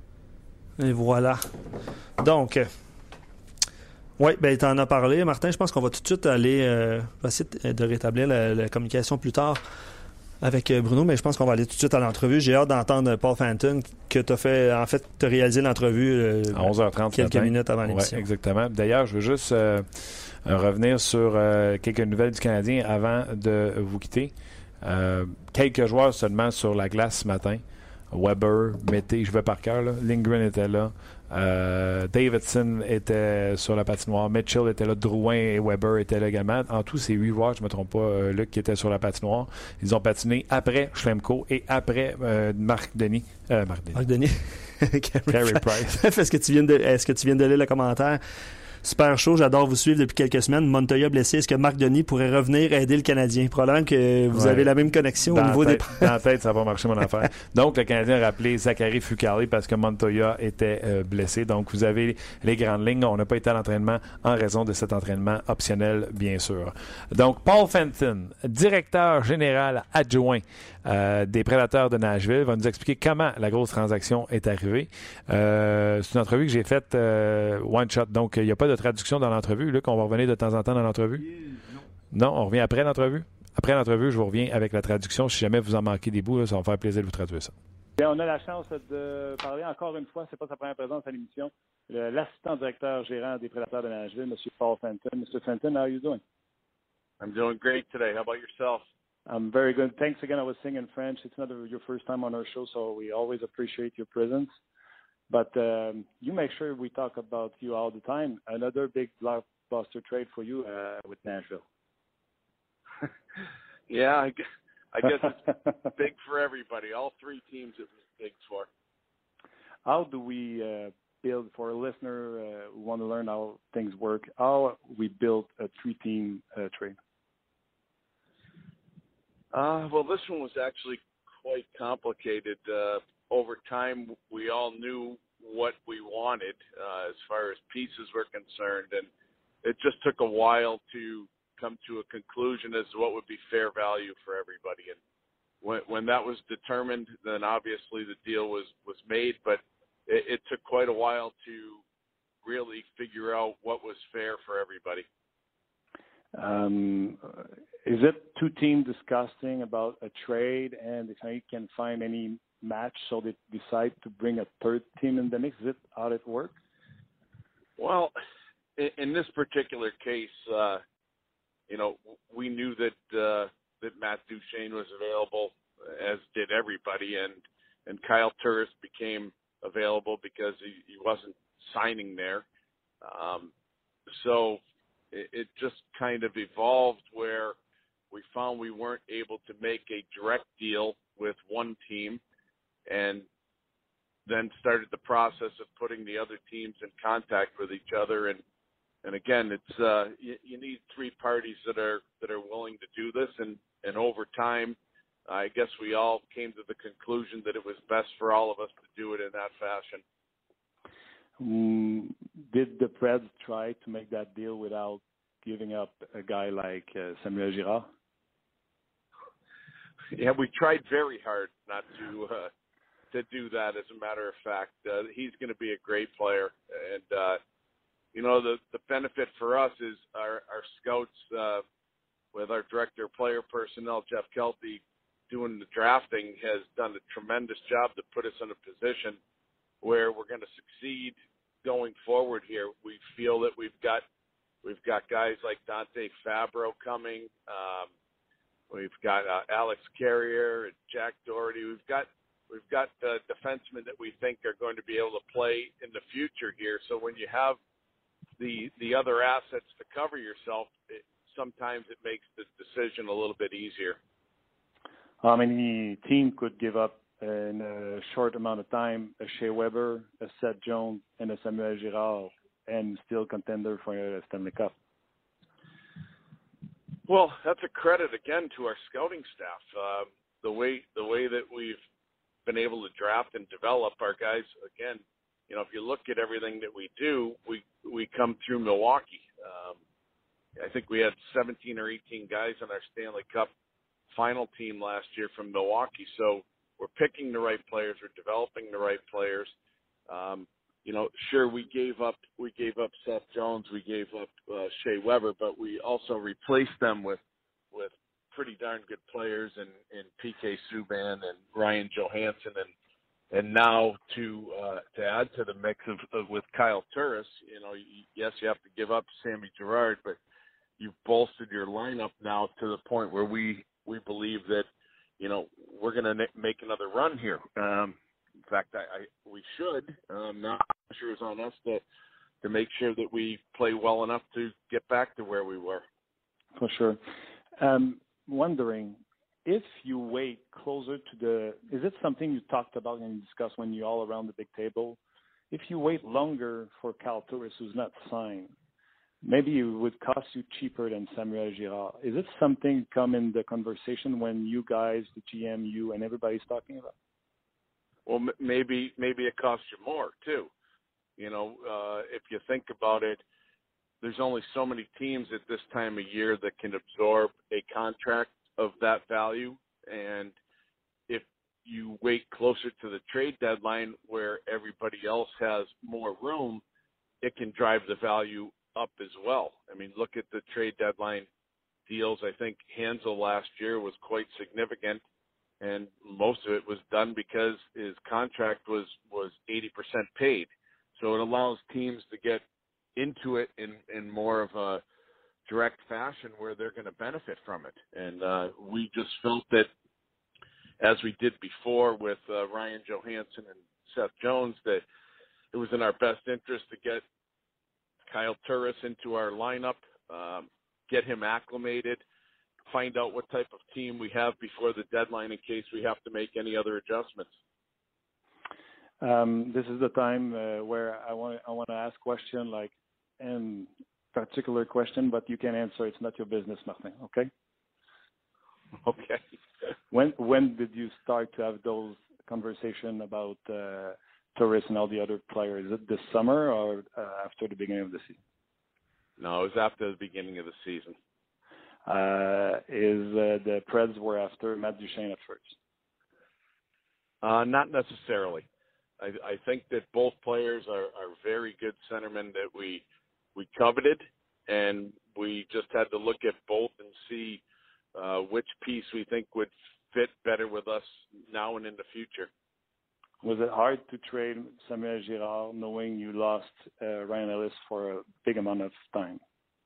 Et voilà. Donc, euh, oui, ben, tu en as parlé, Martin. Je pense qu'on va tout de suite aller euh, on va essayer de- de rétablir la, la communication plus tard avec euh, Bruno, mais je pense qu'on va aller tout de suite à l'entrevue. J'ai hâte d'entendre Paul Fenton que tu as fait, en fait, tu as réalisé l'entrevue euh, À onze heures trente. ce quelques matin. minutes avant Ouais, l'émission. exactement. D'ailleurs, je veux juste euh, euh, revenir sur euh, quelques nouvelles du Canadien avant de vous quitter. Euh, quelques joueurs seulement sur la glace ce matin. Weber, Mété, je vais par cœur. là. Lindgren était là. Euh, Davidson était sur la patinoire. Mitchell était là. Drouin et Weber étaient là également. En tout, c'est huit joueurs, je ne me trompe pas, euh, Luc, qui étaient sur la patinoire. Ils ont patiné après Schlemko et après euh, Marc Denis. Euh, Marc Denis. Marc Denis. Carey Price. Est-ce que tu viens de, est-ce que tu viens de lire le commentaire? Super chaud, j'adore vous suivre depuis quelques semaines. Montoya blessé, est-ce que Marc Denis pourrait revenir aider le Canadien? Probablement que vous Ouais. avez la même connexion Dans au niveau la des... tête, dans la tête, ça va marcher mon affaire. Donc, le Canadien a rappelé Zachary Fucale parce que Montoya était euh, blessé. Donc, vous avez les grandes lignes. On n'a pas été à l'entraînement en raison de cet entraînement optionnel, bien sûr. Donc, Paul Fenton, directeur général adjoint euh, des Prédateurs de Nashville, va nous expliquer comment la grosse transaction est arrivée. Euh, c'est une entrevue que j'ai faite euh, one shot. Donc, il n'y a pas de traduction dans l'entrevue. Là, qu'on va revenir de temps en temps dans l'entrevue. Non, on revient après l'entrevue. Après l'entrevue, je vous reviens avec la traduction. Si jamais vous en manquez des bouts, là, ça va me faire plaisir de vous traduire ça. Et on a la chance de parler encore une fois, c'est pas sa première présence à l'émission, le, l'assistant directeur gérant des Prédateurs de Nashville, M. Paul Fenton. Mister Fenton, how are you doing? I'm doing great today. How about yourself? I'm very good. Thanks again. I was saying in French. It's not your first time on our show, so we always appreciate your presence. But um, you make sure we talk about you all the time. Another big blockbuster trade for you uh, with Nashville. yeah, I guess, I guess it's big for everybody. All three teams it was big for. How do we uh, build, for a listener uh, who want to learn how things work, how we build a three-team uh, trade? Uh, well, this one was actually quite complicated. Uh, over time, we all knew what we wanted uh, as far as pieces were concerned, and it just took a while to come to a conclusion as to what would be fair value for everybody. And when, when that was determined, then obviously the deal was, was made, but it, it took quite a while to really figure out what was fair for everybody. Um, is it two teams discussing about a trade and if they can find any match so they decide to bring a third team in the mix? Is it how it works? Well, in, in this particular case, uh, you know, we knew that uh, that Matt Duchene was available, as did everybody, and and Kyle Turris became available because he, he wasn't signing there. Um, so it, it just kind of evolved where we found we weren't able to make a direct deal with one team, and then started the process of putting the other teams in contact with each other. And And again, it's uh, you, you need three parties that are that are willing to do this, and, and over time, I guess we all came to the conclusion that it was best for all of us to do it in that fashion. Mm, did the Preds try to make that deal without giving up a guy like uh, Samuel Girard? Yeah, we tried very hard not to uh, to do that. As a matter of fact, uh, he's going to be a great player, and. Uh, You know, the, the benefit for us is our, our scouts, uh, with our director of player personnel, Jeff Kelty, doing the drafting, has done a tremendous job to put us in a position where we're going to succeed going forward here. We feel that we've got we've got guys like Dante Fabro coming. Um, we've got uh, Alex Carrier and Jack Doherty. We've got we've got uh, defensemen that we think are going to be able to play in the future here. So when you have the the other assets to cover yourself, it, sometimes it makes the decision a little bit easier. How many teams could give up in a short amount of time a Shea Weber, a Seth Jones, and a Samuel Girard, and still contender for a Stanley Cup? Well, that's a credit again to our scouting staff. Uh, the way the way that we've been able to draft and develop our guys, again. You know, if you look at everything that we do, we we come through Milwaukee. Um, I think we had seventeen or eighteen guys on our Stanley Cup final team last year from Milwaukee. So we're picking the right players, we're developing the right players. Um, you know, sure, we gave up we gave up Seth Jones, we gave up uh, Shea Weber, but we also replaced them with with pretty darn good players in, in P K Subban and Ryan Johansson and. And now to uh, to add to the mix of, of with Kyle Turris, you know, you, yes, you have to give up Sammy Girard, but you've bolstered your lineup now to the point where we we believe that, you know, we're going to make another run here. Um, in fact, I, I we should. Um, now pressure is on us to to make sure that we play well enough to get back to where we were. For sure. Um, wondering. If you wait closer to the, is it something you talked about and discussed when you're all around the big table? If you wait longer for Kyle Turris, who's not signed, maybe it would cost you cheaper than Samuel Girard. Is it something come in the conversation when you guys, the G M, you, and everybody's talking about? Well, m- maybe maybe it costs you more too. You know, uh, if you think about it, there's only so many teams at this time of year that can absorb a contract of that value, and if you wait closer to the trade deadline where everybody else has more room, it can drive the value up as well. I mean, look at the trade deadline deals. I think Hansel last year was quite significant, and most of it was done because his contract was, was eighty percent paid. So it allows teams to get into it in, in more of a direct fashion where they're going to benefit from it. And uh, we just felt that, as we did before with uh, Ryan Johansson and Seth Jones, that it was in our best interest to get Kyle Turris into our lineup, um, get him acclimated, find out what type of team we have before the deadline in case we have to make any other adjustments. Um, this is the time uh, where I want I want to ask question like and particular question, but you can answer. It's not your business, Martin. Okay. Okay. when when did you start to have those conversations about uh, Turris and all the other players? Is it this summer or uh, after the beginning of the season? No, it was after the beginning of the season. Uh, is uh, the Preds were after Matt Duchene at first? Uh, not necessarily. I, I think that both players are, are very good centermen that we we coveted, and we just had to look at both and see uh, which piece we think would fit better with us now and in the future. Was it hard to trade Samuel Girard knowing you lost uh, Ryan Ellis for a big amount of time?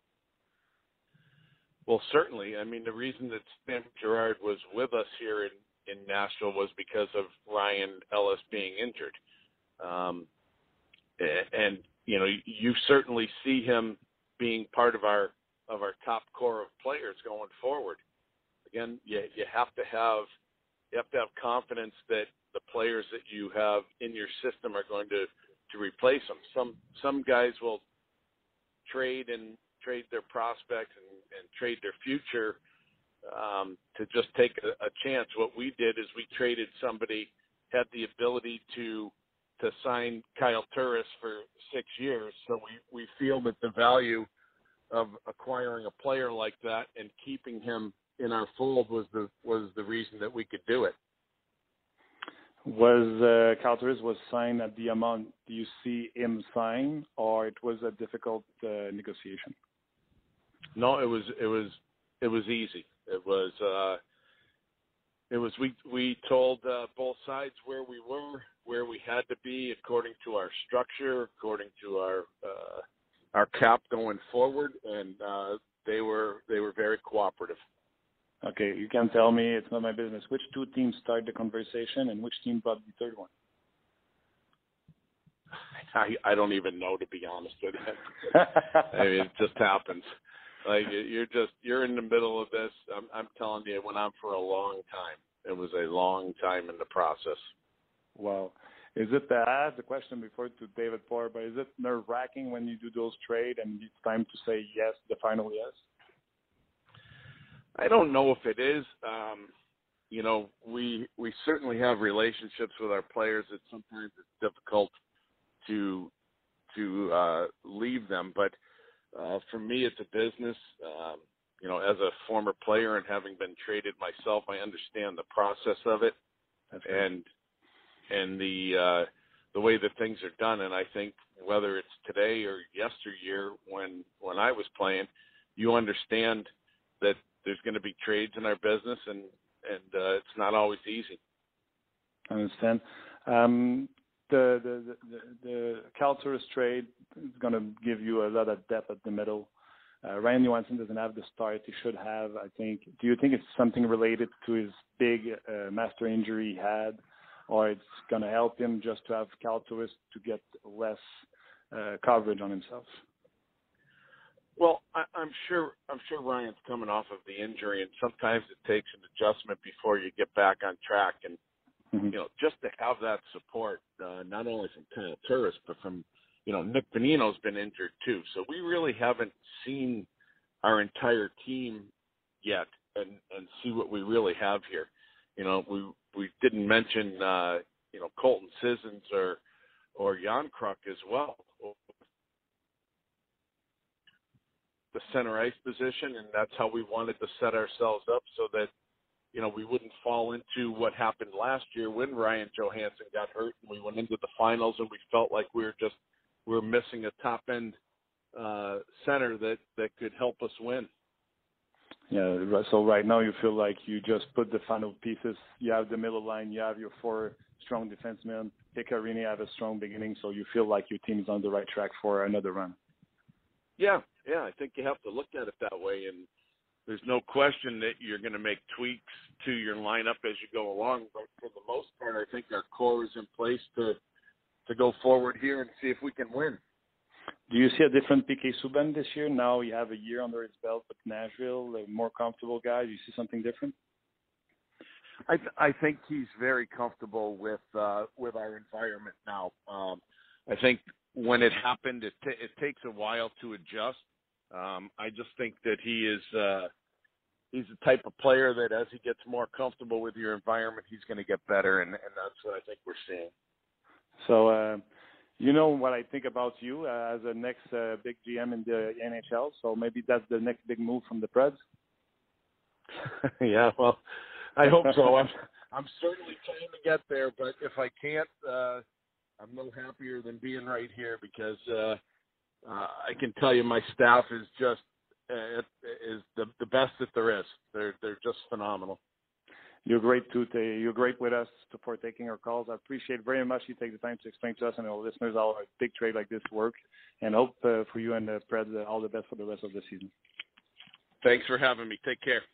Well, certainly. I mean, the reason that Sam Girard was with us here in, in Nashville was because of Ryan Ellis being injured. Um, and, you know, you certainly see him being part of our of our top core of players going forward. Again, you, you have to have you have to have confidence that the players that you have in your system are going to, to replace them. Some some guys will trade and trade their prospects and, and trade their future um, to just take a, a chance. What we did is we traded somebody, had the ability to to sign Kyle Turris for six years. So we, we feel that the value of acquiring a player like that and keeping him in our fold was the was the reason that we could do it. Was uh, Kyle Turris was signed at the amount you see him sign, or it was a difficult uh, negotiation? No, it was it was it was easy. It was uh, it was we we told uh, both sides where we were, where we had to be according to our structure, according to our uh, our cap going forward, and uh, they were they were very cooperative. Okay, you can tell me, it's not my business. Which two teams started the conversation and which team brought the third one? I, I don't even know, to be honest with you. I mean, it just happens. Like, you're just, you're in the middle of this. I'm, I'm telling you, it went on for a long time. It was a long time in the process. Wow. Is it, uh, I asked the question before to David Poore, but is it nerve-wracking when you do those trades and it's time to say yes, the final yes? I don't know if it is. Um, you know, we we certainly have relationships with our players that sometimes it's difficult to to uh, leave them. But uh, for me, it's a business. Um, you know, as a former player and having been traded myself, I understand the process of it That's and and the uh, the way that things are done. And I think whether it's today or yesteryear, when when I was playing, you understand that there's going to be trades in our business, and, and uh, it's not always easy. I understand. Um, the the the, the Kyle Turris trade is going to give you a lot of depth at the middle. Uh, Ryan Johansson doesn't have the start he should have, I think. Do you think it's something related to his big uh, master injury he had, or it's going to help him just to have Kyle Turris to get less uh, coverage on himself? Well, I, I'm sure I'm sure Ryan's coming off of the injury, and sometimes it takes an adjustment before you get back on track. And mm-hmm. you know, just to have that support, uh, not only from Kyle Turris, but from you know Nick Bonino's been injured too. So we really haven't seen our entire team yet, and, and see what we really have here. You know, we we didn't mention uh, you know Colton Sissons or or Jan Kruk as well. The center ice position, and that's how we wanted to set ourselves up so that, you know, we wouldn't fall into what happened last year when Ryan Johansson got hurt and we went into the finals and we felt like we were just, we were missing a top end uh, center that, that could help us win. Yeah, so right now you feel like you just put the final pieces. You have the middle line, you have your four strong defensemen. Picarini have a strong beginning, so you feel like your team is on the right track for another run. Yeah, yeah, I think you have to look at it that way, and there's no question that you're going to make tweaks to your lineup as you go along. But for the most part, I think our core is in place to to go forward here and see if we can win. Do you see a different P K Subban this year? Now you have a year under his belt with Nashville, a more comfortable guy. Do you see something different? I th- I think he's very comfortable with uh, with our environment now. Um, I think when it happened, it, t- it takes a while to adjust. Um, I just think that he is uh, he's the type of player that as he gets more comfortable with your environment, he's going to get better, and, and that's what I think we're seeing. So, uh, you know what I think about you uh, as a next uh, big G M in the N H L. So maybe that's the next big move from the Preds. Yeah, well, I hope so. I'm I'm certainly trying to get there, but if I can't, uh, I'm no happier than being right here because uh, uh, I can tell you my staff is just uh, is the the best that there is. They're they're just phenomenal. You're great too. You're great with us for taking our calls. I appreciate very much you take the time to explain to us and our listeners how a big trade like this works, and hope uh, for you and the Preds uh, all the best for the rest of the season. Thanks for having me. Take care.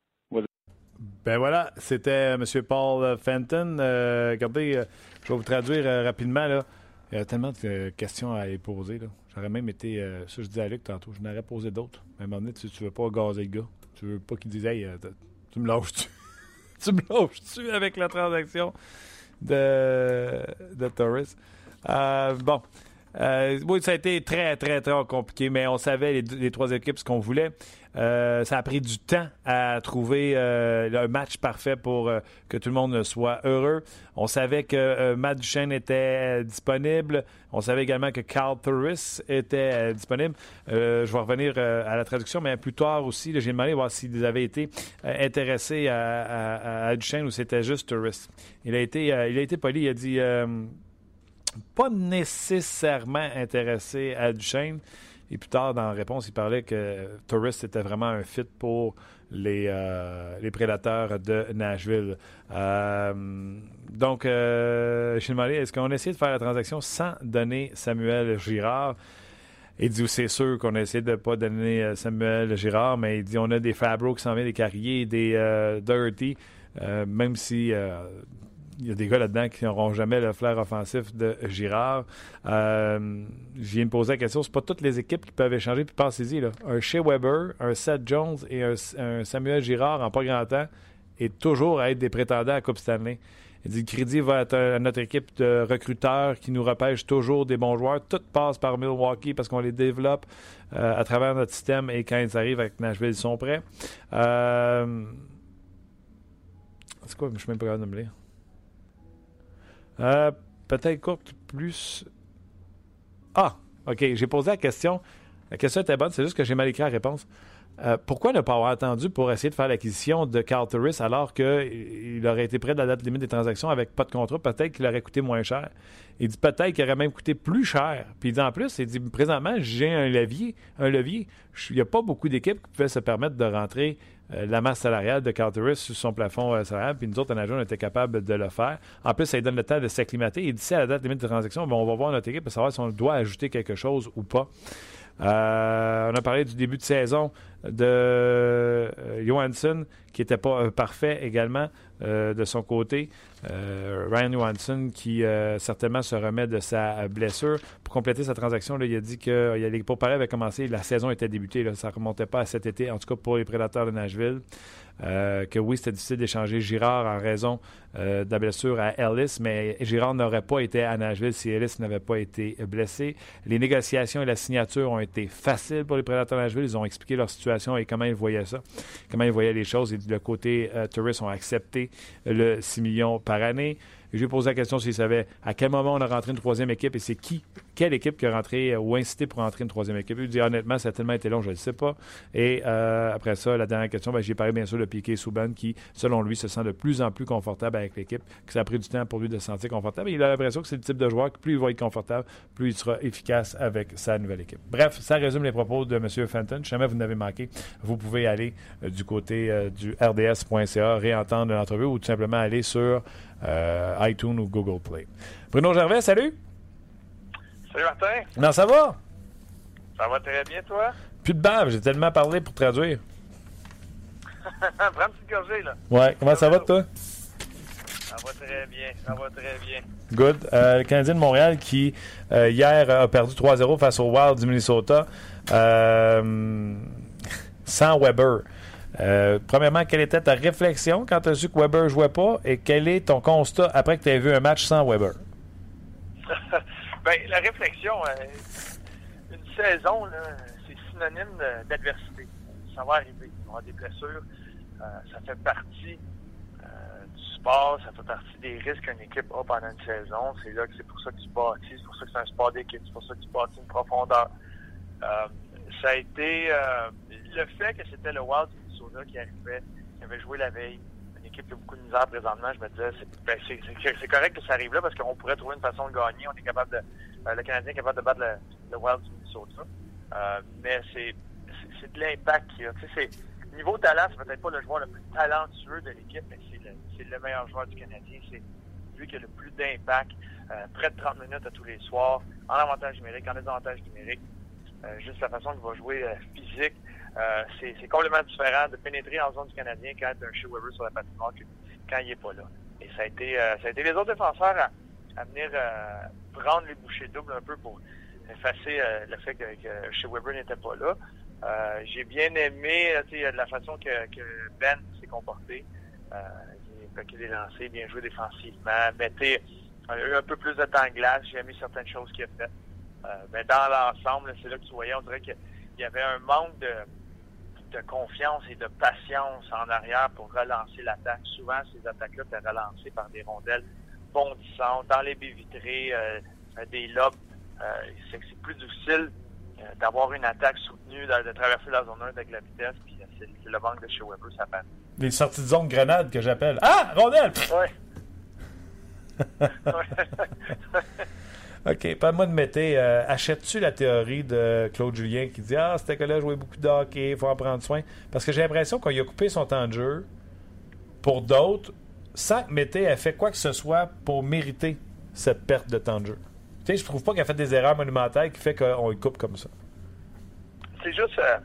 Ben voilà, c'était M. Paul Fenton. Euh, regardez, euh, je vais vous traduire euh, rapidement. Là. Il y a tellement de euh, questions à y poser. Là. J'aurais même été, euh, ça je disais à Luc tantôt, je n'aurais posé d'autres. À un moment donné, tu ne veux pas gazer le gars. Tu veux pas qu'il dise « Hey, euh, tu me lâches-tu? tu me lâches-tu avec la transaction de, de Torres? Euh, » Bon, euh, oui, ça a été très, très, très compliqué, mais on savait les, les trois équipes ce qu'on voulait. Euh, ça a pris du temps à trouver euh, un match parfait pour euh, que tout le monde soit heureux. On savait que euh, Matt Duchene était euh, disponible. On savait également que Carl Turris était euh, disponible. Euh, je vais revenir euh, à la traduction, mais plus tard aussi, là, j'ai demandé voir s'ils avaient été euh, intéressés à, à, à Duchene ou c'était juste Turris. Il a été, euh, il a été poli. Il a dit euh, pas nécessairement intéressé à Duchene. Et plus tard, dans la réponse, il parlait que Tourist était vraiment un fit pour les, euh, les Prédateurs de Nashville. Euh, donc, euh, je suis demandé, est-ce qu'on a essayé de faire la transaction sans donner Samuel Girard? Il dit, c'est sûr qu'on a essayé de ne pas donner Samuel Girard, mais il dit, on a des Fabro qui s'en viennent, des Carrier, des euh, Doherty, euh, même si... Euh, il y a des gars là-dedans qui n'auront jamais le flair offensif de Girard. Euh, je viens de poser la question, c'est pas toutes les équipes qui peuvent échanger, puis pensez-y, là, un Shea Weber, un Seth Jones et un, un Samuel Girard en pas grand temps et toujours à être des prétendants à la Coupe Stanley. Il dit, le crédit va être à notre équipe de recruteurs qui nous repêchent toujours des bons joueurs. Tout passe par Milwaukee parce qu'on les développe euh, à travers notre système et quand ils arrivent avec Nashville, ils sont prêts. Euh, c'est quoi? Je ne suis même pas capable de me lire. Euh, peut-être courte plus. Ah, OK. J'ai posé la question. La question était bonne, c'est juste que j'ai mal écrit la réponse. Euh, pourquoi ne pas avoir attendu pour essayer de faire l'acquisition de Carl Turris alors qu'il aurait été près de la date limite des transactions avec pas de contrat? Peut-être qu'il aurait coûté moins cher. Il dit peut-être qu'il aurait même coûté plus cher. Puis il dit en plus, il dit présentement, j'ai un levier. Un levier. Il n'y a pas beaucoup d'équipes qui pouvaient se permettre de rentrer Euh, la masse salariale de Carl Turris sur son plafond euh, salarial, puis nous autres, en agent, on était capable de le faire. En plus, ça lui donne le temps de s'acclimater. Et d'ici à la date limite de transaction, ben, on va voir notre équipe pour savoir si on doit ajouter quelque chose ou pas. Euh, on a parlé du début de saison de euh, Johansson, qui n'était pas euh, parfait également euh, de son côté. Euh, Ryan Johansson, qui euh, certainement se remet de sa blessure. Pour compléter sa transaction, là, il a dit que il a, les pourparlers avaient commencé, la saison était débutée. Là, ça ne remontait pas à cet été, en tout cas pour les Prédateurs de Nashville. Euh, que oui, c'était difficile d'échanger Girard en raison euh, de la blessure à Ellis, mais Girard n'aurait pas été à Nashville si Ellis n'avait pas été blessé. Les négociations et la signature ont été faciles pour les Prédateurs de Nashville. Ils ont expliqué leur situation et comment ils voyaient ça, comment ils voyaient les choses. Et le côté euh, Turris ont accepté le six millions par année. J'ai posé la question s'ils savaient à quel moment on a rentré une troisième équipe et c'est qui quelle équipe qui a rentré ou incité pour rentrer une troisième équipe. Il dit honnêtement, ça a tellement été long, je ne le sais pas. Et euh, après ça, la dernière question, ben, j'ai parlé bien sûr de Piquet Souban qui, selon lui, se sent de plus en plus confortable avec l'équipe, que ça a pris du temps pour lui de se sentir confortable. Et il a l'impression que c'est le type de joueur que plus il va être confortable, plus il sera efficace avec sa nouvelle équipe. Bref, ça résume les propos de M. Fenton. Si jamais vous n'avez manqué, vous pouvez aller euh, du côté euh, du R D S point C A, réentendre l'entrevue ou tout simplement aller sur euh, iTunes ou Google Play. Bruno Gervais, salut! Salut Martin! Comment ça va? Ça va très bien, toi? Plus de bave, j'ai tellement parlé pour traduire. Prends une petite gorgée, là. Ouais, comment ça va, toi? Ça va très bien, ça va très bien. Good. Euh, le Canadien de Montréal qui, euh, hier, a perdu trois zéro face au Wild du Minnesota euh, sans Weber. Euh, premièrement, quelle était ta réflexion quand tu as su que Weber ne jouait pas et quel est ton constat après que tu aies vu un match sans Weber? Bien, la réflexion, euh, une saison, là, c'est synonyme d'adversité. Ça va arriver. Il va y avoir des blessures. Euh, ça fait partie euh, du sport, ça fait partie des risques qu'une équipe a pendant une saison. C'est là que c'est pour ça que tu bâtis, c'est pour ça que c'est un sport d'équipe, c'est pour ça que tu bâtis une profondeur. Euh, ça a été euh, le fait que c'était le Wild du Minnesota qui arrivait, qui avait joué la veille, une équipe qui a beaucoup de misère présentement. Je me disais, c'est, ben, c'est, c'est, c'est correct que ça arrive là parce qu'on pourrait trouver une façon de gagner. On est capable de, euh, le Canadien est capable de battre le, le Wild du Minnesota. Euh, mais c'est, c'est, c'est de l'impact qu'il y a. Tu sais, c'est, niveau talent, c'est peut-être pas le joueur le plus talentueux de l'équipe, mais c'est le, c'est le meilleur joueur du Canadien. C'est lui qui a le plus d'impact, euh, près de trente minutes à tous les soirs, en avantage numérique, en désavantage numérique. Euh, juste la façon qu'il va jouer euh, physique, euh, c'est, c'est complètement différent de pénétrer en zone du Canadien quand il y a un Shea Weber sur la patinoire que quand il n'est pas là. Et ça a été, euh, ça a été les autres défenseurs à, à venir euh, prendre les bouchées doubles un peu pour effacer euh, le fait que, que Shea Weber n'était pas là. Euh, j'ai bien aimé euh, la façon que, que Ben s'est comporté. Euh, il a bloqué des lancers, bien joué défensivement, mettait euh, un peu plus de temps en glace. J'ai aimé certaines choses qu'il a faites. Euh, ben dans l'ensemble, c'est là que tu voyais, on dirait qu'il y avait un manque de, de confiance et de patience en arrière pour relancer l'attaque. Souvent, ces attaques-là étaient relancées par des rondelles bondissantes, dans les baies vitrées, euh, des lobes. Euh, c'est que c'est plus difficile euh, d'avoir une attaque soutenue, de, de traverser la zone un avec la vitesse, puis c'est, c'est le manque de Shea Weber, ça passe. Les sorties de zone grenade que j'appelle. Ah! Rondelle! Oui. OK. Parle-moi de Mété. Euh, achètes-tu la théorie de Claude Julien qui dit « Ah, ce gars-là jouait beaucoup de hockey, il faut en prendre soin. » Parce que j'ai l'impression qu'on lui a coupé son temps de jeu pour d'autres sans que Mété ait fait quoi que ce soit pour mériter cette perte de temps de jeu. Tu sais, je trouve pas qu'il a fait des erreurs monumentales qui fait qu'on le coupe comme ça. C'est juste... Euh,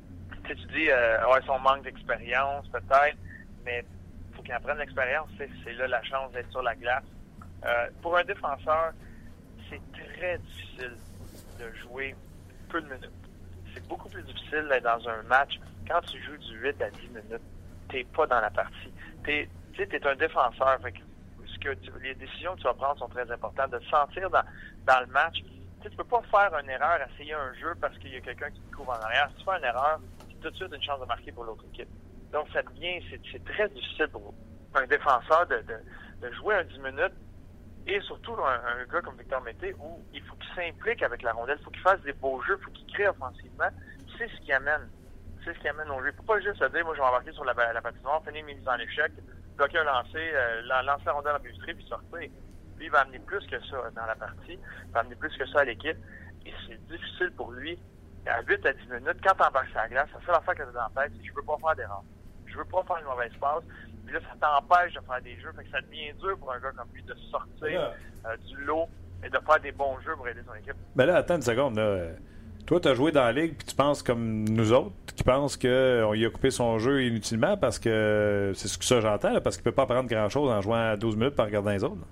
tu dis, euh, ouais, son manque d'expérience, peut-être, mais il faut qu'il apprenne l'expérience. C'est, c'est là la chance d'être sur la glace. Euh, pour un défenseur, c'est très difficile de jouer peu de minutes. C'est beaucoup plus difficile d'être dans un match. Quand tu joues du huit à dix minutes, t'es pas dans la partie. T'es, tu sais, t'es un défenseur. Fait que ce que tu, les décisions que tu vas prendre sont très importantes. De te sentir dans, dans le match. Tu sais, tu peux pas faire une erreur, essayer un jeu parce qu'il y a quelqu'un qui te couvre en arrière. Si tu fais une erreur, c'est tout de suite une chance de marquer pour l'autre équipe. Donc, ça devient, c'est, c'est très difficile pour un défenseur de, de, de jouer un dix minutes. Et surtout, un, un gars comme Victor Mété, où il faut qu'il s'implique avec la rondelle, il faut qu'il fasse des beaux jeux, il faut qu'il crée offensivement. C'est ce qui amène. C'est ce qui amène au jeu. Il ne faut pas juste se dire, moi, je vais embarquer sur la, la patinoire, finir mes mises en échec, bloquer un lancer, euh, lancer la rondelle en busterie, puis sortir. Lui, il va amener plus que ça dans la partie. Il va amener plus que ça à l'équipe. Et c'est difficile pour lui, à huit à dix minutes, quand tu embarques sur la glace, la seule affaire que tu as dans la tête, c'est que je veux pas faire d'erreur. Je veux pas faire une mauvaise passe. Puis là, ça t'empêche de faire des jeux. Fait que ça devient dur pour un gars comme lui de sortir euh, du lot et de faire des bons jeux pour aider son équipe. Ben là, attends une seconde. Là. Toi, tu as joué dans la ligue puis tu penses comme nous autres, qui pensent qu'on lui a coupé son jeu inutilement parce que c'est ce que ça j'entends, là, parce qu'il peut pas apprendre grand-chose en jouant à douze minutes par regardant les autres.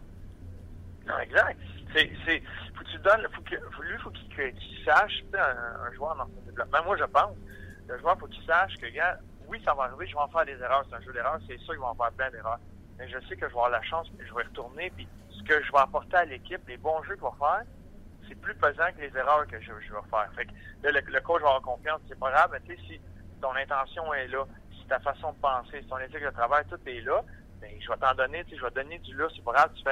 Là. Non, exact. C'est, c'est, faut que tu donnes, faut que, faut, lui, il faut qu'il, qu'il sache, un, un joueur dans son développement. Moi, je pense, le joueur, il faut qu'il sache que, gars, oui, ça va arriver, je vais en faire des erreurs, c'est un jeu d'erreurs, c'est sûr qu'ils vont en faire plein d'erreurs. Mais je sais que je vais avoir la chance, puis je vais retourner, puis ce que je vais apporter à l'équipe, les bons jeux qu'il va faire, c'est plus pesant que les erreurs que je, je vais faire. Fait que là, le, le coach va avoir confiance, c'est pas grave, mais tu sais, si ton intention est là, si ta façon de penser, si ton éthique de travail, tout est là, bien, je vais t'en donner, tu sais, je vais te donner du là, c'est pas grave, tu fais une,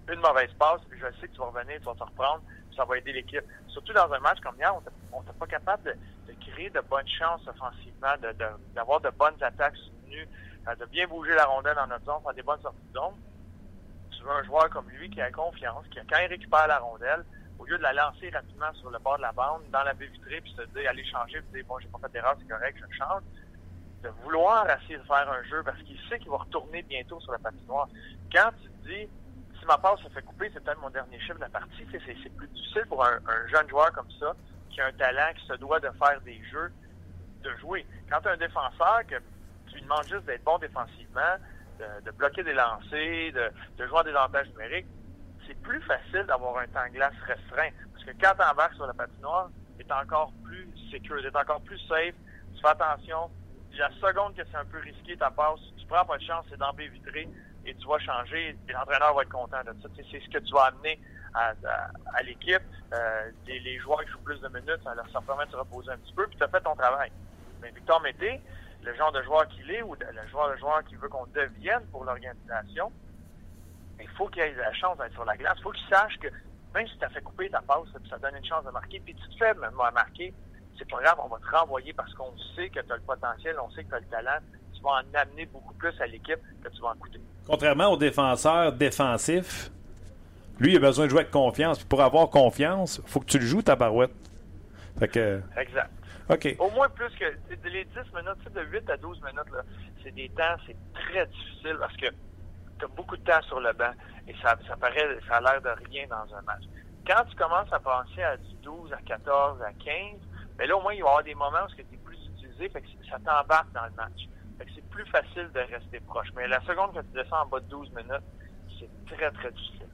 une mauvaise passe, puis je sais que tu vas revenir, tu vas te reprendre, puis ça va aider l'équipe. Surtout dans un match comme hier, on n'était pas capable de, de créer de bonnes chances offensivement, de, de, d'avoir de bonnes attaques soutenues, de bien bouger la rondelle dans notre zone, faire des bonnes sorties de zone. Tu veux un joueur comme lui qui a confiance, qui, quand il récupère la rondelle, au lieu de la lancer rapidement sur le bord de la bande, dans la baie vitrée, puis se dire, allez changer, puis dire, bon, j'ai pas fait d'erreur, c'est correct, je change. De vouloir essayer de faire un jeu parce qu'il sait qu'il va retourner bientôt sur la patinoire. Quand tu te dis, si ma passe se fait couper, c'est peut-être mon dernier chiffre de la partie, c'est, c'est plus difficile pour un, un jeune joueur comme ça, qui a un talent, qui se doit de faire des jeux, de jouer. Quand tu as un défenseur, que tu lui demandes juste d'être bon défensivement, de, de bloquer des lancers, de, de jouer à des avantages numériques, c'est plus facile d'avoir un temps de glace restreint. Parce que quand tu embarques sur la patinoire, tu es encore plus secure, tu es encore plus safe, tu fais attention. La seconde que c'est un peu risqué, ta passe, tu prends pas de chance, c'est dans B vitré et tu vas changer et l'entraîneur va être content de ça. C'est ce que tu vas amener à, à, à l'équipe. Euh, les, les joueurs qui jouent plus de minutes, ça leur ça permet de se reposer un petit peu, puis tu as fait ton travail. Mais Victor Mété, le genre de joueur qu'il est, ou de, le joueur de joueur qui veut qu'on devienne pour l'organisation, il faut qu'il ait la chance d'être sur la glace. Il faut qu'il sache que même si tu as fait couper ta passe, ça donne une chance de marquer, puis tu te fais même marquer, c'est pas grave, on va te renvoyer parce qu'on sait que tu as le potentiel, on sait que tu as le talent, tu vas en amener beaucoup plus à l'équipe que tu vas en coûter. Contrairement aux défenseurs défensifs, lui, il a besoin de jouer avec confiance. Puis pour avoir confiance, il faut que tu le joues, ta barouette. Fait que... Exact. OK. Au moins plus que les dix minutes, de huit à douze minutes, là, c'est des temps, c'est très difficile parce que tu as beaucoup de temps sur le banc et ça, ça paraît, ça a l'air de rien dans un match. Quand tu commences à penser à du douze, à quatorze, à quinze, mais là, au moins, il va y avoir des moments où tu es plus utilisé, fait que ça t'embarque dans le match. Fait que c'est plus facile de rester proche. Mais la seconde que tu descends en bas de douze minutes, c'est très, très difficile.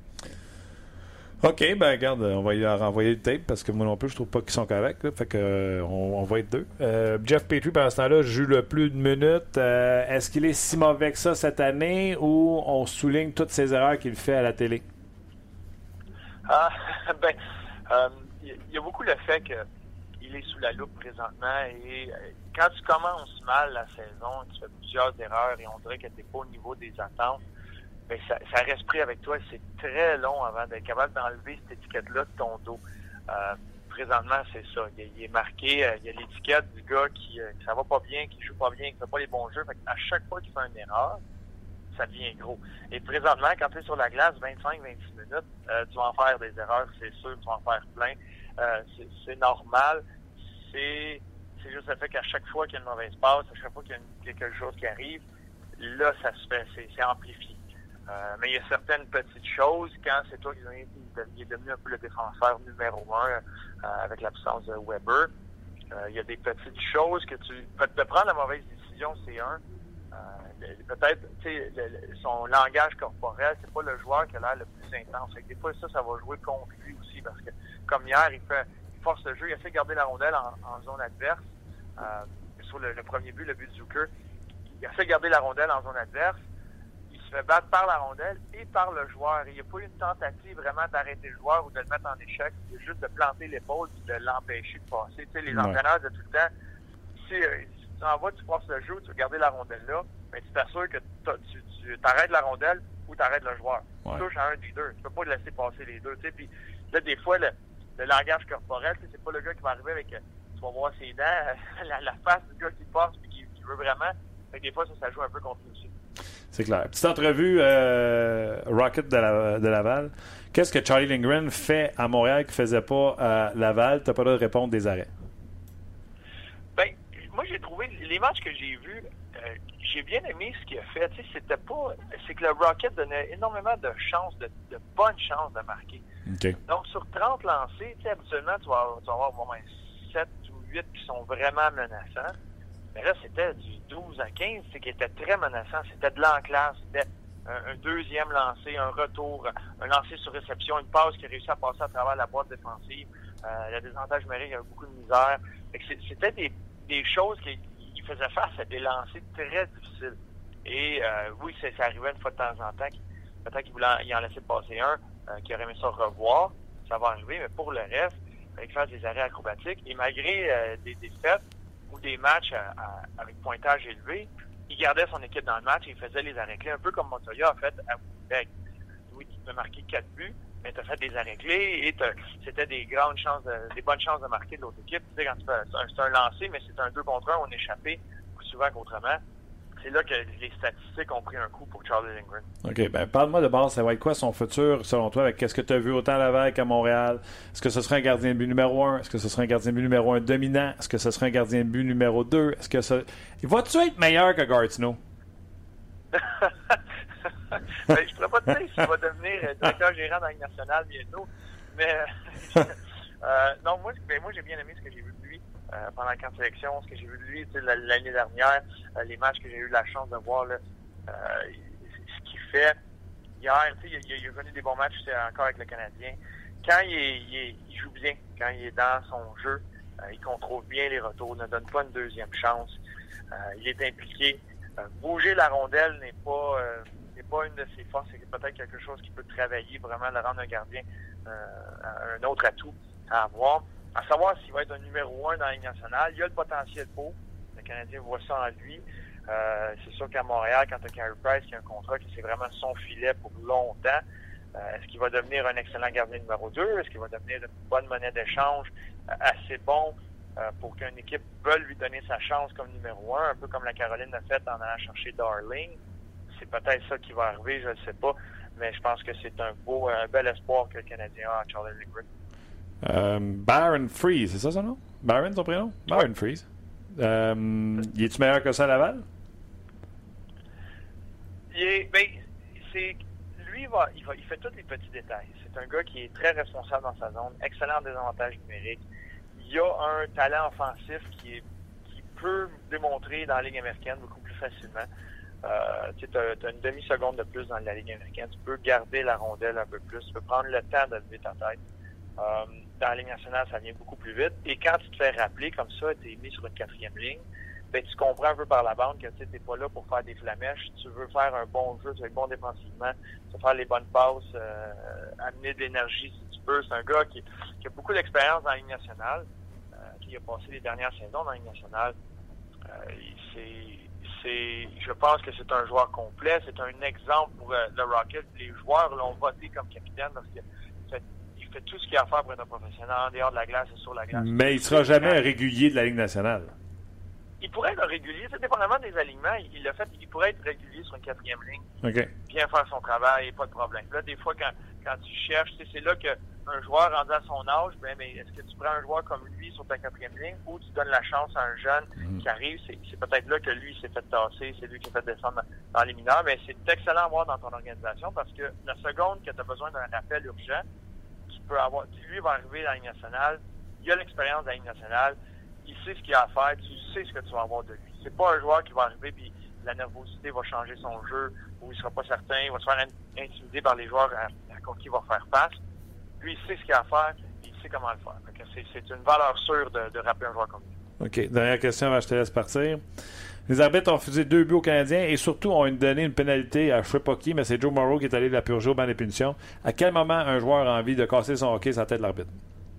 OK, ben regarde, on va y renvoyer le tape parce que moi non plus, je trouve pas qu'ils sont corrects. Là, fait que euh, on, on va être deux. Euh, Jeff Petrie, pendant ce temps-là, joue le plus de minutes. Euh, est-ce qu'il est si mauvais que ça cette année ou on souligne toutes ces erreurs qu'il fait à la télé? Ah, ben, euh, il y a beaucoup le fait que il est sous la loupe présentement et euh, quand tu commences mal la saison, tu fais plusieurs erreurs et on dirait que tu n'es pas au niveau des attentes, bien, ça, ça reste pris avec toi. C'est très long avant d'être capable d'enlever cette étiquette-là de ton dos. Euh, présentement, c'est ça. Il, il est marqué, euh, il y a l'étiquette du gars qui euh, ça va pas bien, qui joue pas bien, qui fait pas les bons jeux. Fait à chaque fois qu'il fait une erreur, ça devient gros. Et présentement, quand tu es sur la glace vingt-cinq à vingt-six minutes, euh, tu vas en faire des erreurs, c'est sûr, tu vas en faire plein. Euh, c'est, c'est normal. C'est, c'est juste le fait qu'à chaque fois qu'il y a une mauvaise passe, à chaque fois qu'il y a une, quelque chose qui arrive, là, ça se fait, c'est, c'est amplifié. Euh, mais il y a certaines petites choses, quand c'est toi qui est devenu un peu le défenseur numéro un euh, avec l'absence de Weber, euh, il y a des petites choses que tu... De prendre la mauvaise décision, c'est un. Euh, peut-être, tu sais, son langage corporel, c'est pas le joueur qui a l'air le plus intense. Fait que des fois, ça, ça va jouer contre lui aussi, parce que, comme hier, il fait... force le jeu, il a fait garder la rondelle en, en zone adverse. Euh, sur le, le premier but, le but de Zucker, il a fait garder la rondelle en zone adverse. Il se fait battre par la rondelle et par le joueur. Il n'y a pas eu une tentative vraiment d'arrêter le joueur ou de le mettre en échec. C'est juste de planter l'épaule et de l'empêcher de passer. Tu sais, les ouais. entraîneurs de tout le temps, si, euh, si tu en vas, tu forces le jeu, tu veux garder la rondelle là, mais tu t'assures que tu, tu arrêtes la rondelle ou tu arrêtes le joueur. Ouais. Tu touches à un des deux. Tu peux pas laisser passer les deux. Tu sais, puis là, des fois, le, le langage corporel, c'est pas le gars qui va arriver avec, tu vas voir ses dents, la, la face du gars qui passe et qui, qui veut vraiment. Fait que des fois, ça, ça joue un peu contre lui aussi. C'est clair. Petite entrevue euh, Rocket de, la, de Laval. Qu'est-ce que Charlie Lindgren fait à Montréal qu'il ne faisait pas à Laval? Tu n'as pas le droit de répondre des arrêts. Ben, moi, j'ai trouvé les matchs que j'ai vus, euh, j'ai bien aimé ce qu'il a fait. Tu sais, c'était pas. C'est que le Rocket donnait énormément de chances, de, de bonnes chances de marquer. Okay. Donc, sur trente lancés, tu sais, habituellement, tu vas, tu vas avoir au moins sept ou huit qui sont vraiment menaçants. Mais là, c'était du douze à quinze, c'est qui était très menaçant. C'était de l'enclasse, c'était un, un deuxième lancé, un retour, un lancer sur réception, une passe qui a réussi à passer à travers la boîte défensive. Euh, le désavantage numérique, il y avait beaucoup de misère. Fait que c'était des, des choses qui, qui faisaient face à des lancers très difficiles. Et euh, oui, ça, ça arrivait une fois de temps en temps. Peut-être qu'il voulait en, il en laisser passer un, euh, qui aurait aimé ça revoir. Ça va arriver, mais pour le reste, il fallait faire des arrêts acrobatiques. Et malgré euh, des défaites, ou des matchs à, à, avec pointage élevé, il gardait son équipe dans le match et il faisait les arrêts clés, un peu comme Montoya a fait à Winnipeg. oui, tu as marqué quatre buts, mais tu as fait des arrêts clés et c'était des grandes chances, de, des bonnes chances de marquer de l'autre équipe. Tu sais, quand tu fais, c'est, un, c'est un lancé, mais c'est un deux contre un, on échappé plus souvent qu'autrement. C'est là que les statistiques ont pris un coup pour Charlie Lindgren. OK. Ben, parle-moi de base, ça va être quoi son futur, selon toi, avec qu'est-ce que tu as vu autant à Laval qu'à Montréal? Est-ce que ce serait un gardien de but numéro un? Est-ce que ce serait un gardien de but numéro un dominant? Est-ce que ce serait un gardien de but numéro deux? Est-ce que ça... Il va-tu être meilleur que Gatineau? Ben, je ne pourrais pas te dire s'il va devenir directeur gérant dans la Ligue nationale bientôt, mais euh, non, moi, ben, moi j'ai bien aimé ce que j'ai vu de lui euh, pendant la camp de sélection, ce que j'ai vu de lui l'année dernière, euh, les matchs que j'ai eu la chance de voir, là, euh, ce qu'il fait. Hier, il, il, il a connu des bons matchs encore avec le Canadien. Quand il, est, il, est, il joue bien, quand il est dans son jeu, euh, il contrôle bien les retours, ne donne pas une deuxième chance, euh, il est impliqué. Euh, bouger la rondelle n'est pas euh, n'est pas une de ses forces, c'est peut-être quelque chose qui peut travailler, vraiment le rendre un gardien euh, un autre atout à avoir. À savoir s'il va être un numéro un dans la Ligue nationale, il y a le potentiel pour. Le Canadien voit ça en lui. Euh, c'est sûr qu'à Montréal, quand tu as Carey Price qui a un contrat qui c'est vraiment son filet pour longtemps, euh, est-ce qu'il va devenir un excellent gardien numéro deux? Est-ce qu'il va devenir une bonne monnaie d'échange euh, assez bon euh, pour qu'une équipe veuille lui donner sa chance comme numéro un, un peu comme la Caroline a fait en allant chercher Darling? C'est peut-être ça qui va arriver, je ne sais pas, mais je pense que c'est un beau, un bel espoir que le Canadien a à Charlie Lindgren. Euh, Byron Freeze, c'est ça son nom? Byron, son prénom? Byron Freeze. Euh, il est-tu meilleur que ça à Laval? Il est, ben, c'est, lui, il, va, il, va, il fait tous les petits détails. C'est un gars qui est très responsable dans sa zone, excellent en désavantage numérique. Il a un talent offensif qui, est, qui peut démontrer dans la Ligue américaine beaucoup plus facilement. Euh, tu as, as une demi-seconde de plus dans la Ligue américaine. Tu peux garder la rondelle un peu plus. Tu peux prendre le temps de lever ta tête. Euh, dans la Ligue nationale, ça vient beaucoup plus vite. Et quand tu te fais rappeler comme ça, tu es mis sur une quatrième ligne, ben, tu comprends un peu par la bande que tu n'es pas là pour faire des flamèches. Tu veux faire un bon jeu, tu veux être bon défensivement, tu veux faire les bonnes passes, euh, amener de l'énergie si tu peux. C'est un gars qui, qui a beaucoup d'expérience dans la Ligue nationale, euh, qui a passé les dernières saisons dans la Ligue nationale. Euh, c'est, c'est, je pense que c'est un joueur complet. C'est un exemple pour euh, le Rocket. Les joueurs l'ont voté comme capitaine parce que fait, il fait tout ce qu'il y a à faire pour être un professionnel en dehors de la glace et sur la glace. Mais il ne sera jamais un régulier de la Ligue nationale. Il pourrait être régulier, c'est dépendamment des alignements. Il l'a fait, il pourrait être régulier sur une quatrième ligne. Okay. Bien faire son travail, pas de problème. Là, des fois, quand, quand tu cherches, c'est là qu'un joueur rendu à son âge, ben, mais est-ce que tu prends un joueur comme lui sur ta quatrième ligne ou tu donnes la chance à un jeune mm-hmm. qui arrive? C'est, c'est peut-être là que lui s'est fait tasser, c'est lui qui s'est fait descendre dans, dans les mineurs, mais c'est excellent à voir dans ton organisation parce que la seconde que tu as besoin d'un rappel urgent, tu peux avoir, lui va arriver dans la Ligue nationale, il a l'expérience de la Ligue nationale, il sait ce qu'il a à faire, tu sais ce que tu vas avoir de lui. C'est pas un joueur qui va arriver puis la nervosité va changer son jeu ou il sera pas certain, il va se faire intimider par les joueurs à, à qui il va faire face. Lui, il sait ce qu'il a à faire, il sait comment le faire. Donc, c'est, c'est une valeur sûre de, de rappeler un joueur comme lui. OK. Dernière question avant que je te laisse partir. Les arbitres ont refusé deux buts aux Canadiens et surtout ont donné une pénalité à je sais pas qui, mais c'est Joe Morrow qui est allé la purger au banc des punitions. À quel moment un joueur a envie de casser son hockey sur la tête de l'arbitre?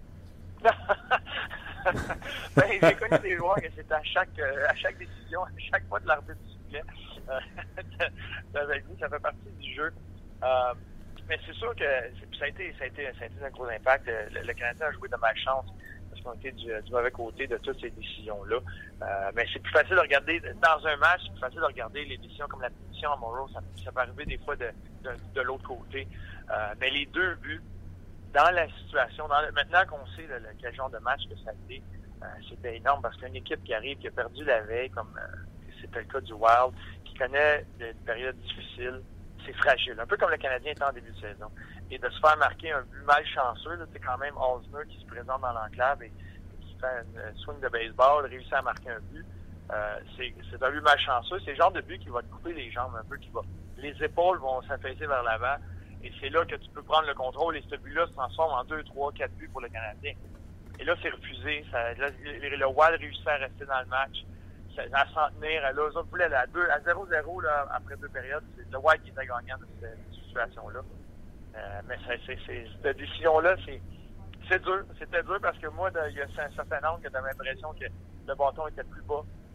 Ben, j'ai connu des joueurs que c'était à chaque, euh, à chaque décision, à chaque fois de l'arbitre sifflait. Euh, avec nous, ça fait partie du jeu. Euh, mais c'est sûr que ça a été, ça a été, ça a été un gros impact. Le, le Canadien a joué de malchance parce qu'on était du, du mauvais côté de toutes ces décisions-là. Euh, mais c'est plus facile de regarder, dans un match, c'est plus facile de regarder les décisions comme la punition à Morrow. Ça, ça peut arriver des fois de, de, de l'autre côté. Euh, mais les deux buts, dans la situation, dans le, maintenant qu'on sait le, le, quel genre de match que ça a été, euh, c'était énorme parce qu'une équipe qui arrive, qui a perdu la veille, comme euh, c'était le cas du Wild, qui connaît des périodes difficiles, c'est fragile. Un peu comme le Canadien était en début de saison. Et de se faire marquer un but malchanceux, là, c'est quand même Osner qui se présente dans l'enclave et, et qui fait un swing de baseball, réussit à marquer un but. Euh, c'est, c'est un but malchanceux. C'est le genre de but qui va te couper les jambes un peu, qui va. Les épaules vont s'affaisser vers l'avant. Et c'est là que tu peux prendre le contrôle et ce but-là se transforme en deux, trois, quatre buts pour le Canadien. Et là, c'est refusé. Ça, là, le, le Wild réussit à rester dans le match, ça, à s'en tenir. Là, eux autres voulaient à, à zéro zéro là, après deux périodes. C'est le Wild qui était gagnant de cette, cette situation-là. Euh, mais c'est, c'est, c'est, cette décision-là, c'est, c'est dur. C'était dur parce que moi, de, il y a un certain angle que j'avais l'impression que le bâton était plus bas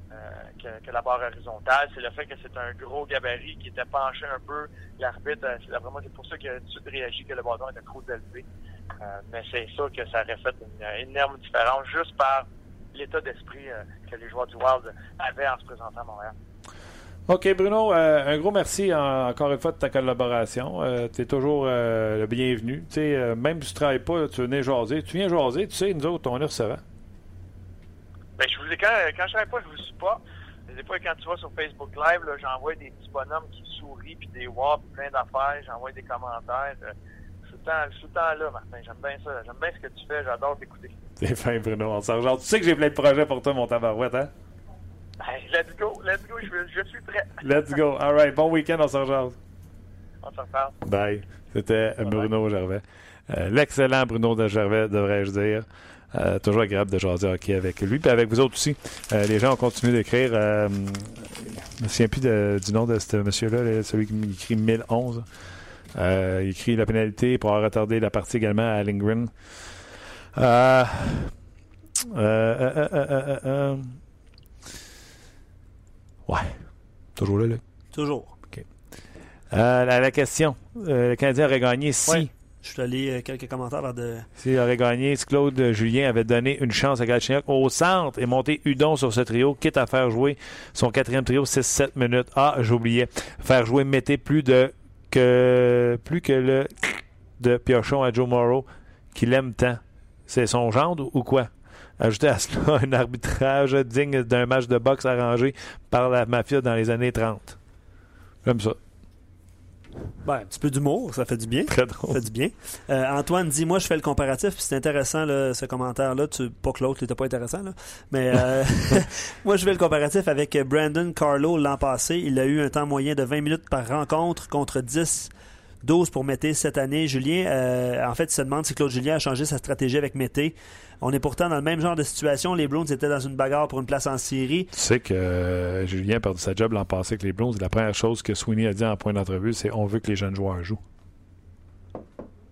euh, que, que la barre horizontale. C'est le fait que c'est un gros gabarit qui était penché un peu. L'arbitre, euh, c'est, vraiment, c'est pour ça qu'il a tout de suite réagi que le bâton était trop élevé. Euh, mais c'est sûr que ça aurait fait une, une énorme différence juste par l'état d'esprit euh, que les joueurs du Wild avaient en se présentant à Montréal. OK, Bruno, euh, un gros merci en, encore une fois de ta collaboration. Euh, tu es toujours euh, le bienvenu. Tu sais, euh, même si tu ne travailles pas, là, tu venais jaser. Tu viens jaser, tu sais, nous autres, on est recevant. Ben, je vous ai, quand, quand je ne travaille pas, je vous suis pas. Des fois, quand tu vas sur Facebook Live, là, j'envoie des petits bonhommes qui sourient, puis des wow, puis plein d'affaires, j'envoie des commentaires. Euh, tout le temps, tout le temps là, Martin. J'aime bien ça. J'aime bien ce que tu fais. J'adore t'écouter. C'est fin, Bruno. On s'en genre, tu sais que j'ai plein de projets pour toi, mon tabarouette, hein? Ben, let's go. Let's go. Je, je suis prêt. Let's go. All right. Bon week-end. On se rejoint. On se reparle. Bye. C'était Bye Bruno bye. Gervais. Euh, l'excellent Bruno de Gervais, devrais-je dire. Euh, toujours agréable de jaser hockey avec lui, puis avec vous autres aussi. Euh, les gens ont continué d'écrire. Euh, je me souviens plus de, du nom de ce monsieur-là, là, celui qui écrit mille onze. Euh, il écrit la pénalité pour avoir retardé la partie également à Lindgren. Euh, euh, euh, euh, euh, euh, euh. Ouais. Toujours là, là. Toujours. OK. Euh, la, la question. Euh, le Canadien aurait gagné si... Ouais. Je suis allé euh, quelques commentaires vers de... S'il aurait gagné, si Claude Julien avait donné une chance à Galchenyuk au centre et monté Hudon sur ce trio, quitte à faire jouer son quatrième trio six sept minutes. Ah, j'oubliais. Faire jouer Mété plus de que plus que le de Piochon à Joe Morrow qu'il aime tant. C'est son gendre ou quoi? Ajouter à cela un arbitrage digne d'un match de boxe arrangé par la mafia dans les années trente. J'aime ça. Ben, un petit peu d'humour, ça fait du bien. Très drôle. Ça fait du bien. Euh, Antoine dit, moi, je fais le comparatif, puis c'est intéressant, là, ce commentaire-là. Tu, pas que l'autre n'était pas intéressant, là. Mais euh, moi, je fais le comparatif avec Brandon Carlo l'an passé. Il a eu un temps moyen de vingt minutes par rencontre contre dix, douze pour Mété cette année. Julien, euh, en fait, il se demande si Claude Julien a changé sa stratégie avec Mété. On est pourtant dans le même genre de situation. Les Bruins étaient dans une bagarre pour une place en série. Tu sais que euh, Julien a perdu sa job l'an passé avec les Bruins. La première chose que Sweeney a dit en point d'entrevue, c'est « On veut que les jeunes joueurs jouent. Hmm. »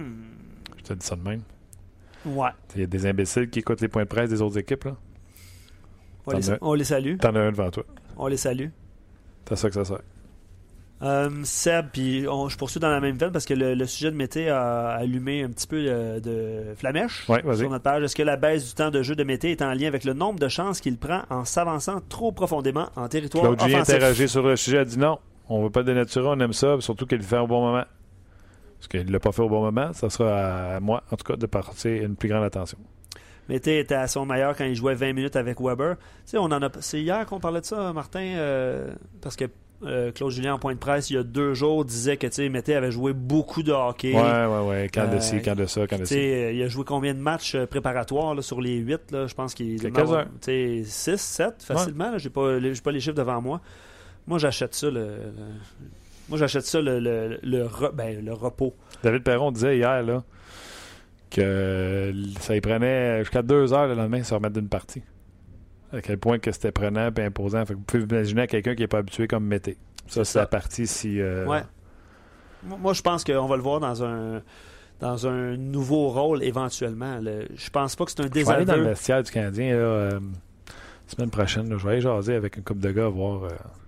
Je te dis ça de même. Ouais. Il y a des imbéciles qui écoutent les points de presse des autres équipes. Là. On les, on les salue. T'en as un devant toi. On les salue. C'est ça que ça sert. Euh, Seb, puis on, je poursuis dans la même veine parce que le, le sujet de Mété a allumé un petit peu de, de flamèche ouais, vas-y. Sur notre page. Est-ce que la baisse du temps de jeu de Mété est en lien avec le nombre de chances qu'il prend en s'avançant trop profondément en territoire Claude offensif? Julien interagi sur le sujet, a dit non, on ne veut pas dénaturer, on aime ça, surtout qu'il le fait au bon moment. Parce qu'il ne l'a pas fait au bon moment, ça sera à moi, en tout cas, de porter une plus grande attention. Mété était à son meilleur quand il jouait vingt minutes avec Weber. Tu sais, on en a, c'est hier qu'on parlait de ça, Martin, euh, parce que Euh, Claude Julien en point de presse il y a deux jours disait que Mété avait joué beaucoup de hockey. Ouais, ouais, ouais. Quand de ci, quand de ça, quand de ci. Il a joué combien de matchs préparatoires là, sur les huit? Là, je pense qu'il quelques-uns. six, sept facilement. Ouais. J'ai pas, j'ai pas les chiffres devant moi. Moi, j'achète ça. Le, le, moi, j'achète ça le, le, le, re, ben, le repos. David Perron disait hier là, que ça y prenait jusqu'à deux heures le lendemain de se remettre d'une partie. À quel point que c'était prenant et imposant. Fait que vous pouvez vous imaginer à quelqu'un qui n'est pas habitué comme Mété. Ça, c'est, c'est la partie si... Euh... Ouais. Moi, je pense qu'on va le voir dans un dans un nouveau rôle éventuellement. Le, je pense pas que c'est un désaveu. Je vais aller dans le vestiaire du Canadien là, euh, la semaine prochaine. Là, je vais aller jaser avec un couple de gars, voir euh,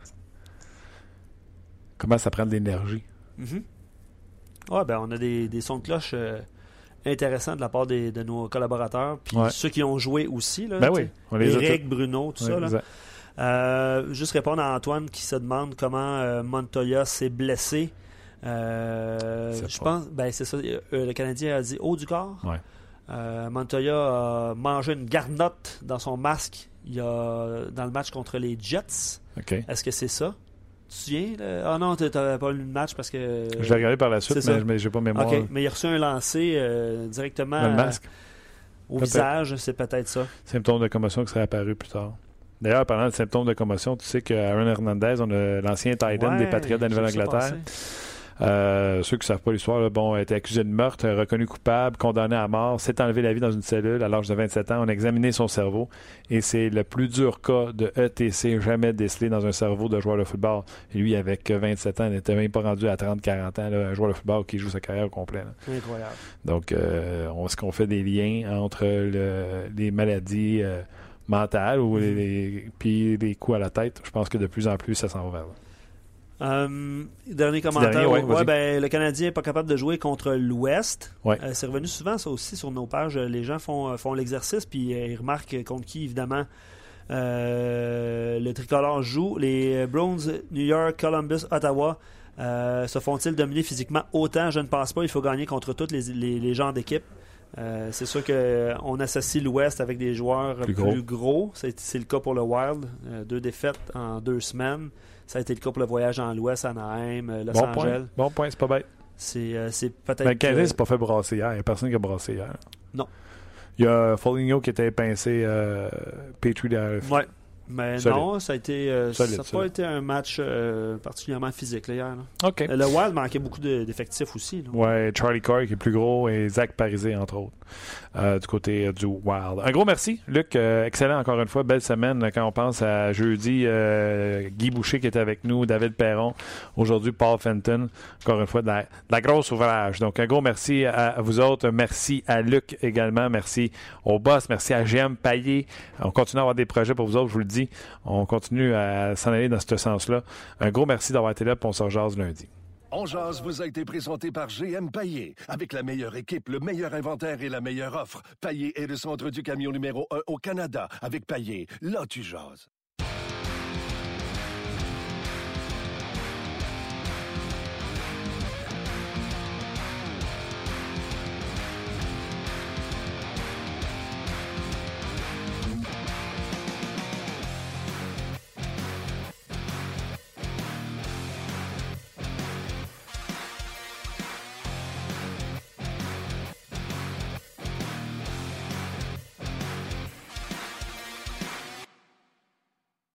comment ça prend de l'énergie. Mm-hmm. Ouais, ben on a des, des sons de cloche... Euh, intéressant de la part des, de nos collaborateurs puis ouais. ceux qui ont joué aussi là, ben oui, on les Eric, a Bruno, tout oui, ça là. Euh, juste répondre à Antoine qui se demande comment euh, Montoya s'est blessé. Euh, je pense ben c'est ça, euh, le Canadien a dit haut du corps. Ouais. Euh, Montoya a mangé une garnotte dans son masque il y a dans le match contre les Jets. Okay. Est-ce que c'est ça? Tu te souviens? Là? Ah non, tu n'avais pas lu le match parce que... Je l'ai regardé par la suite, mais, mais j'ai pas mémoire. Okay. Mais il a reçu un lancer euh, directement dans le masque. Euh, au peut-être. Visage, c'est peut-être ça. Symptôme de commotion qui serait apparu plus tard. D'ailleurs, parlant de symptômes de commotion, tu sais qu'Aaron Hernandez, on a l'ancien tight end ouais, des Patriots de la Nouvelle-Angleterre. Euh, ceux qui ne savent pas l'histoire, là, bon, a été accusé de meurtre, reconnu coupable, condamné à mort, s'est enlevé la vie dans une cellule à l'âge de vingt-sept ans. On a examiné son cerveau et c'est le plus dur cas de E T C jamais décelé dans un cerveau de joueur de football. Et lui, avec vingt-sept ans, il n'était même pas rendu à trente à quarante ans, là, un joueur de football qui joue sa carrière au complet. Là. Incroyable. Donc, euh, on, est-ce qu'on fait des liens entre le, les maladies euh, mentale ou les, les, puis des coups à la tête. Je pense que de plus en plus, ça s'en va vers là. Euh, dernier commentaire. Dernier, ouais, ouais, ben, le Canadien n'est pas capable de jouer contre l'Ouest. Ouais. Euh, c'est revenu souvent, ça aussi, sur nos pages. Les gens font, font l'exercice, puis euh, ils remarquent contre qui, évidemment, euh, le tricolore joue. Les Browns, New York, Columbus, Ottawa, euh, se font-ils dominer physiquement autant? Je ne pense pas. Il faut gagner contre tous les, les, les genres d'équipes. Euh, c'est sûr qu'on associe l'Ouest avec des joueurs plus, plus gros. gros. C'est, c'est le cas pour le Wild. Euh, deux défaites en deux semaines. Ça a été le cas pour le voyage en l'Ouest, Anaheim, Los bon Angeles. Point. Bon point, c'est pas bête. C'est, euh, c'est peut-être... Mais le Canadien, que... c'est pas fait brasser hier. Il n'y a personne qui a brassé hier. Non. Il y a Foligno qui était pincé euh, Petrie derrière. Oui. Mais solide. Non, ça a été euh, solide, ça n'a pas solide. été un match euh, particulièrement physique là, hier. Là. OK. Le Wild manquait beaucoup de, d'effectifs aussi. Oui, Charlie Coy qui est plus gros et Zach Parisé, entre autres, euh, du côté euh, du Wild. Un gros merci, Luc. Euh, excellent encore une fois. Belle semaine quand on pense à jeudi. Euh, Guy Boucher qui était avec nous, David Perron. Aujourd'hui, Paul Fenton. Encore une fois, de la, de la grosse ouvrage. Donc, un gros merci à, à vous autres. Merci à Luc également. Merci au boss. Merci à G M Payet. On continue à avoir des projets pour vous autres, je vous le dis. On continue à s'en aller dans ce sens-là. Un gros merci d'avoir été là, puis on se rejase lundi. On jase vous a été présenté par G M Payet. Avec la meilleure équipe, le meilleur inventaire et la meilleure offre. Payet est le centre du camion numéro un au Canada. Avec Payet, là tu jases.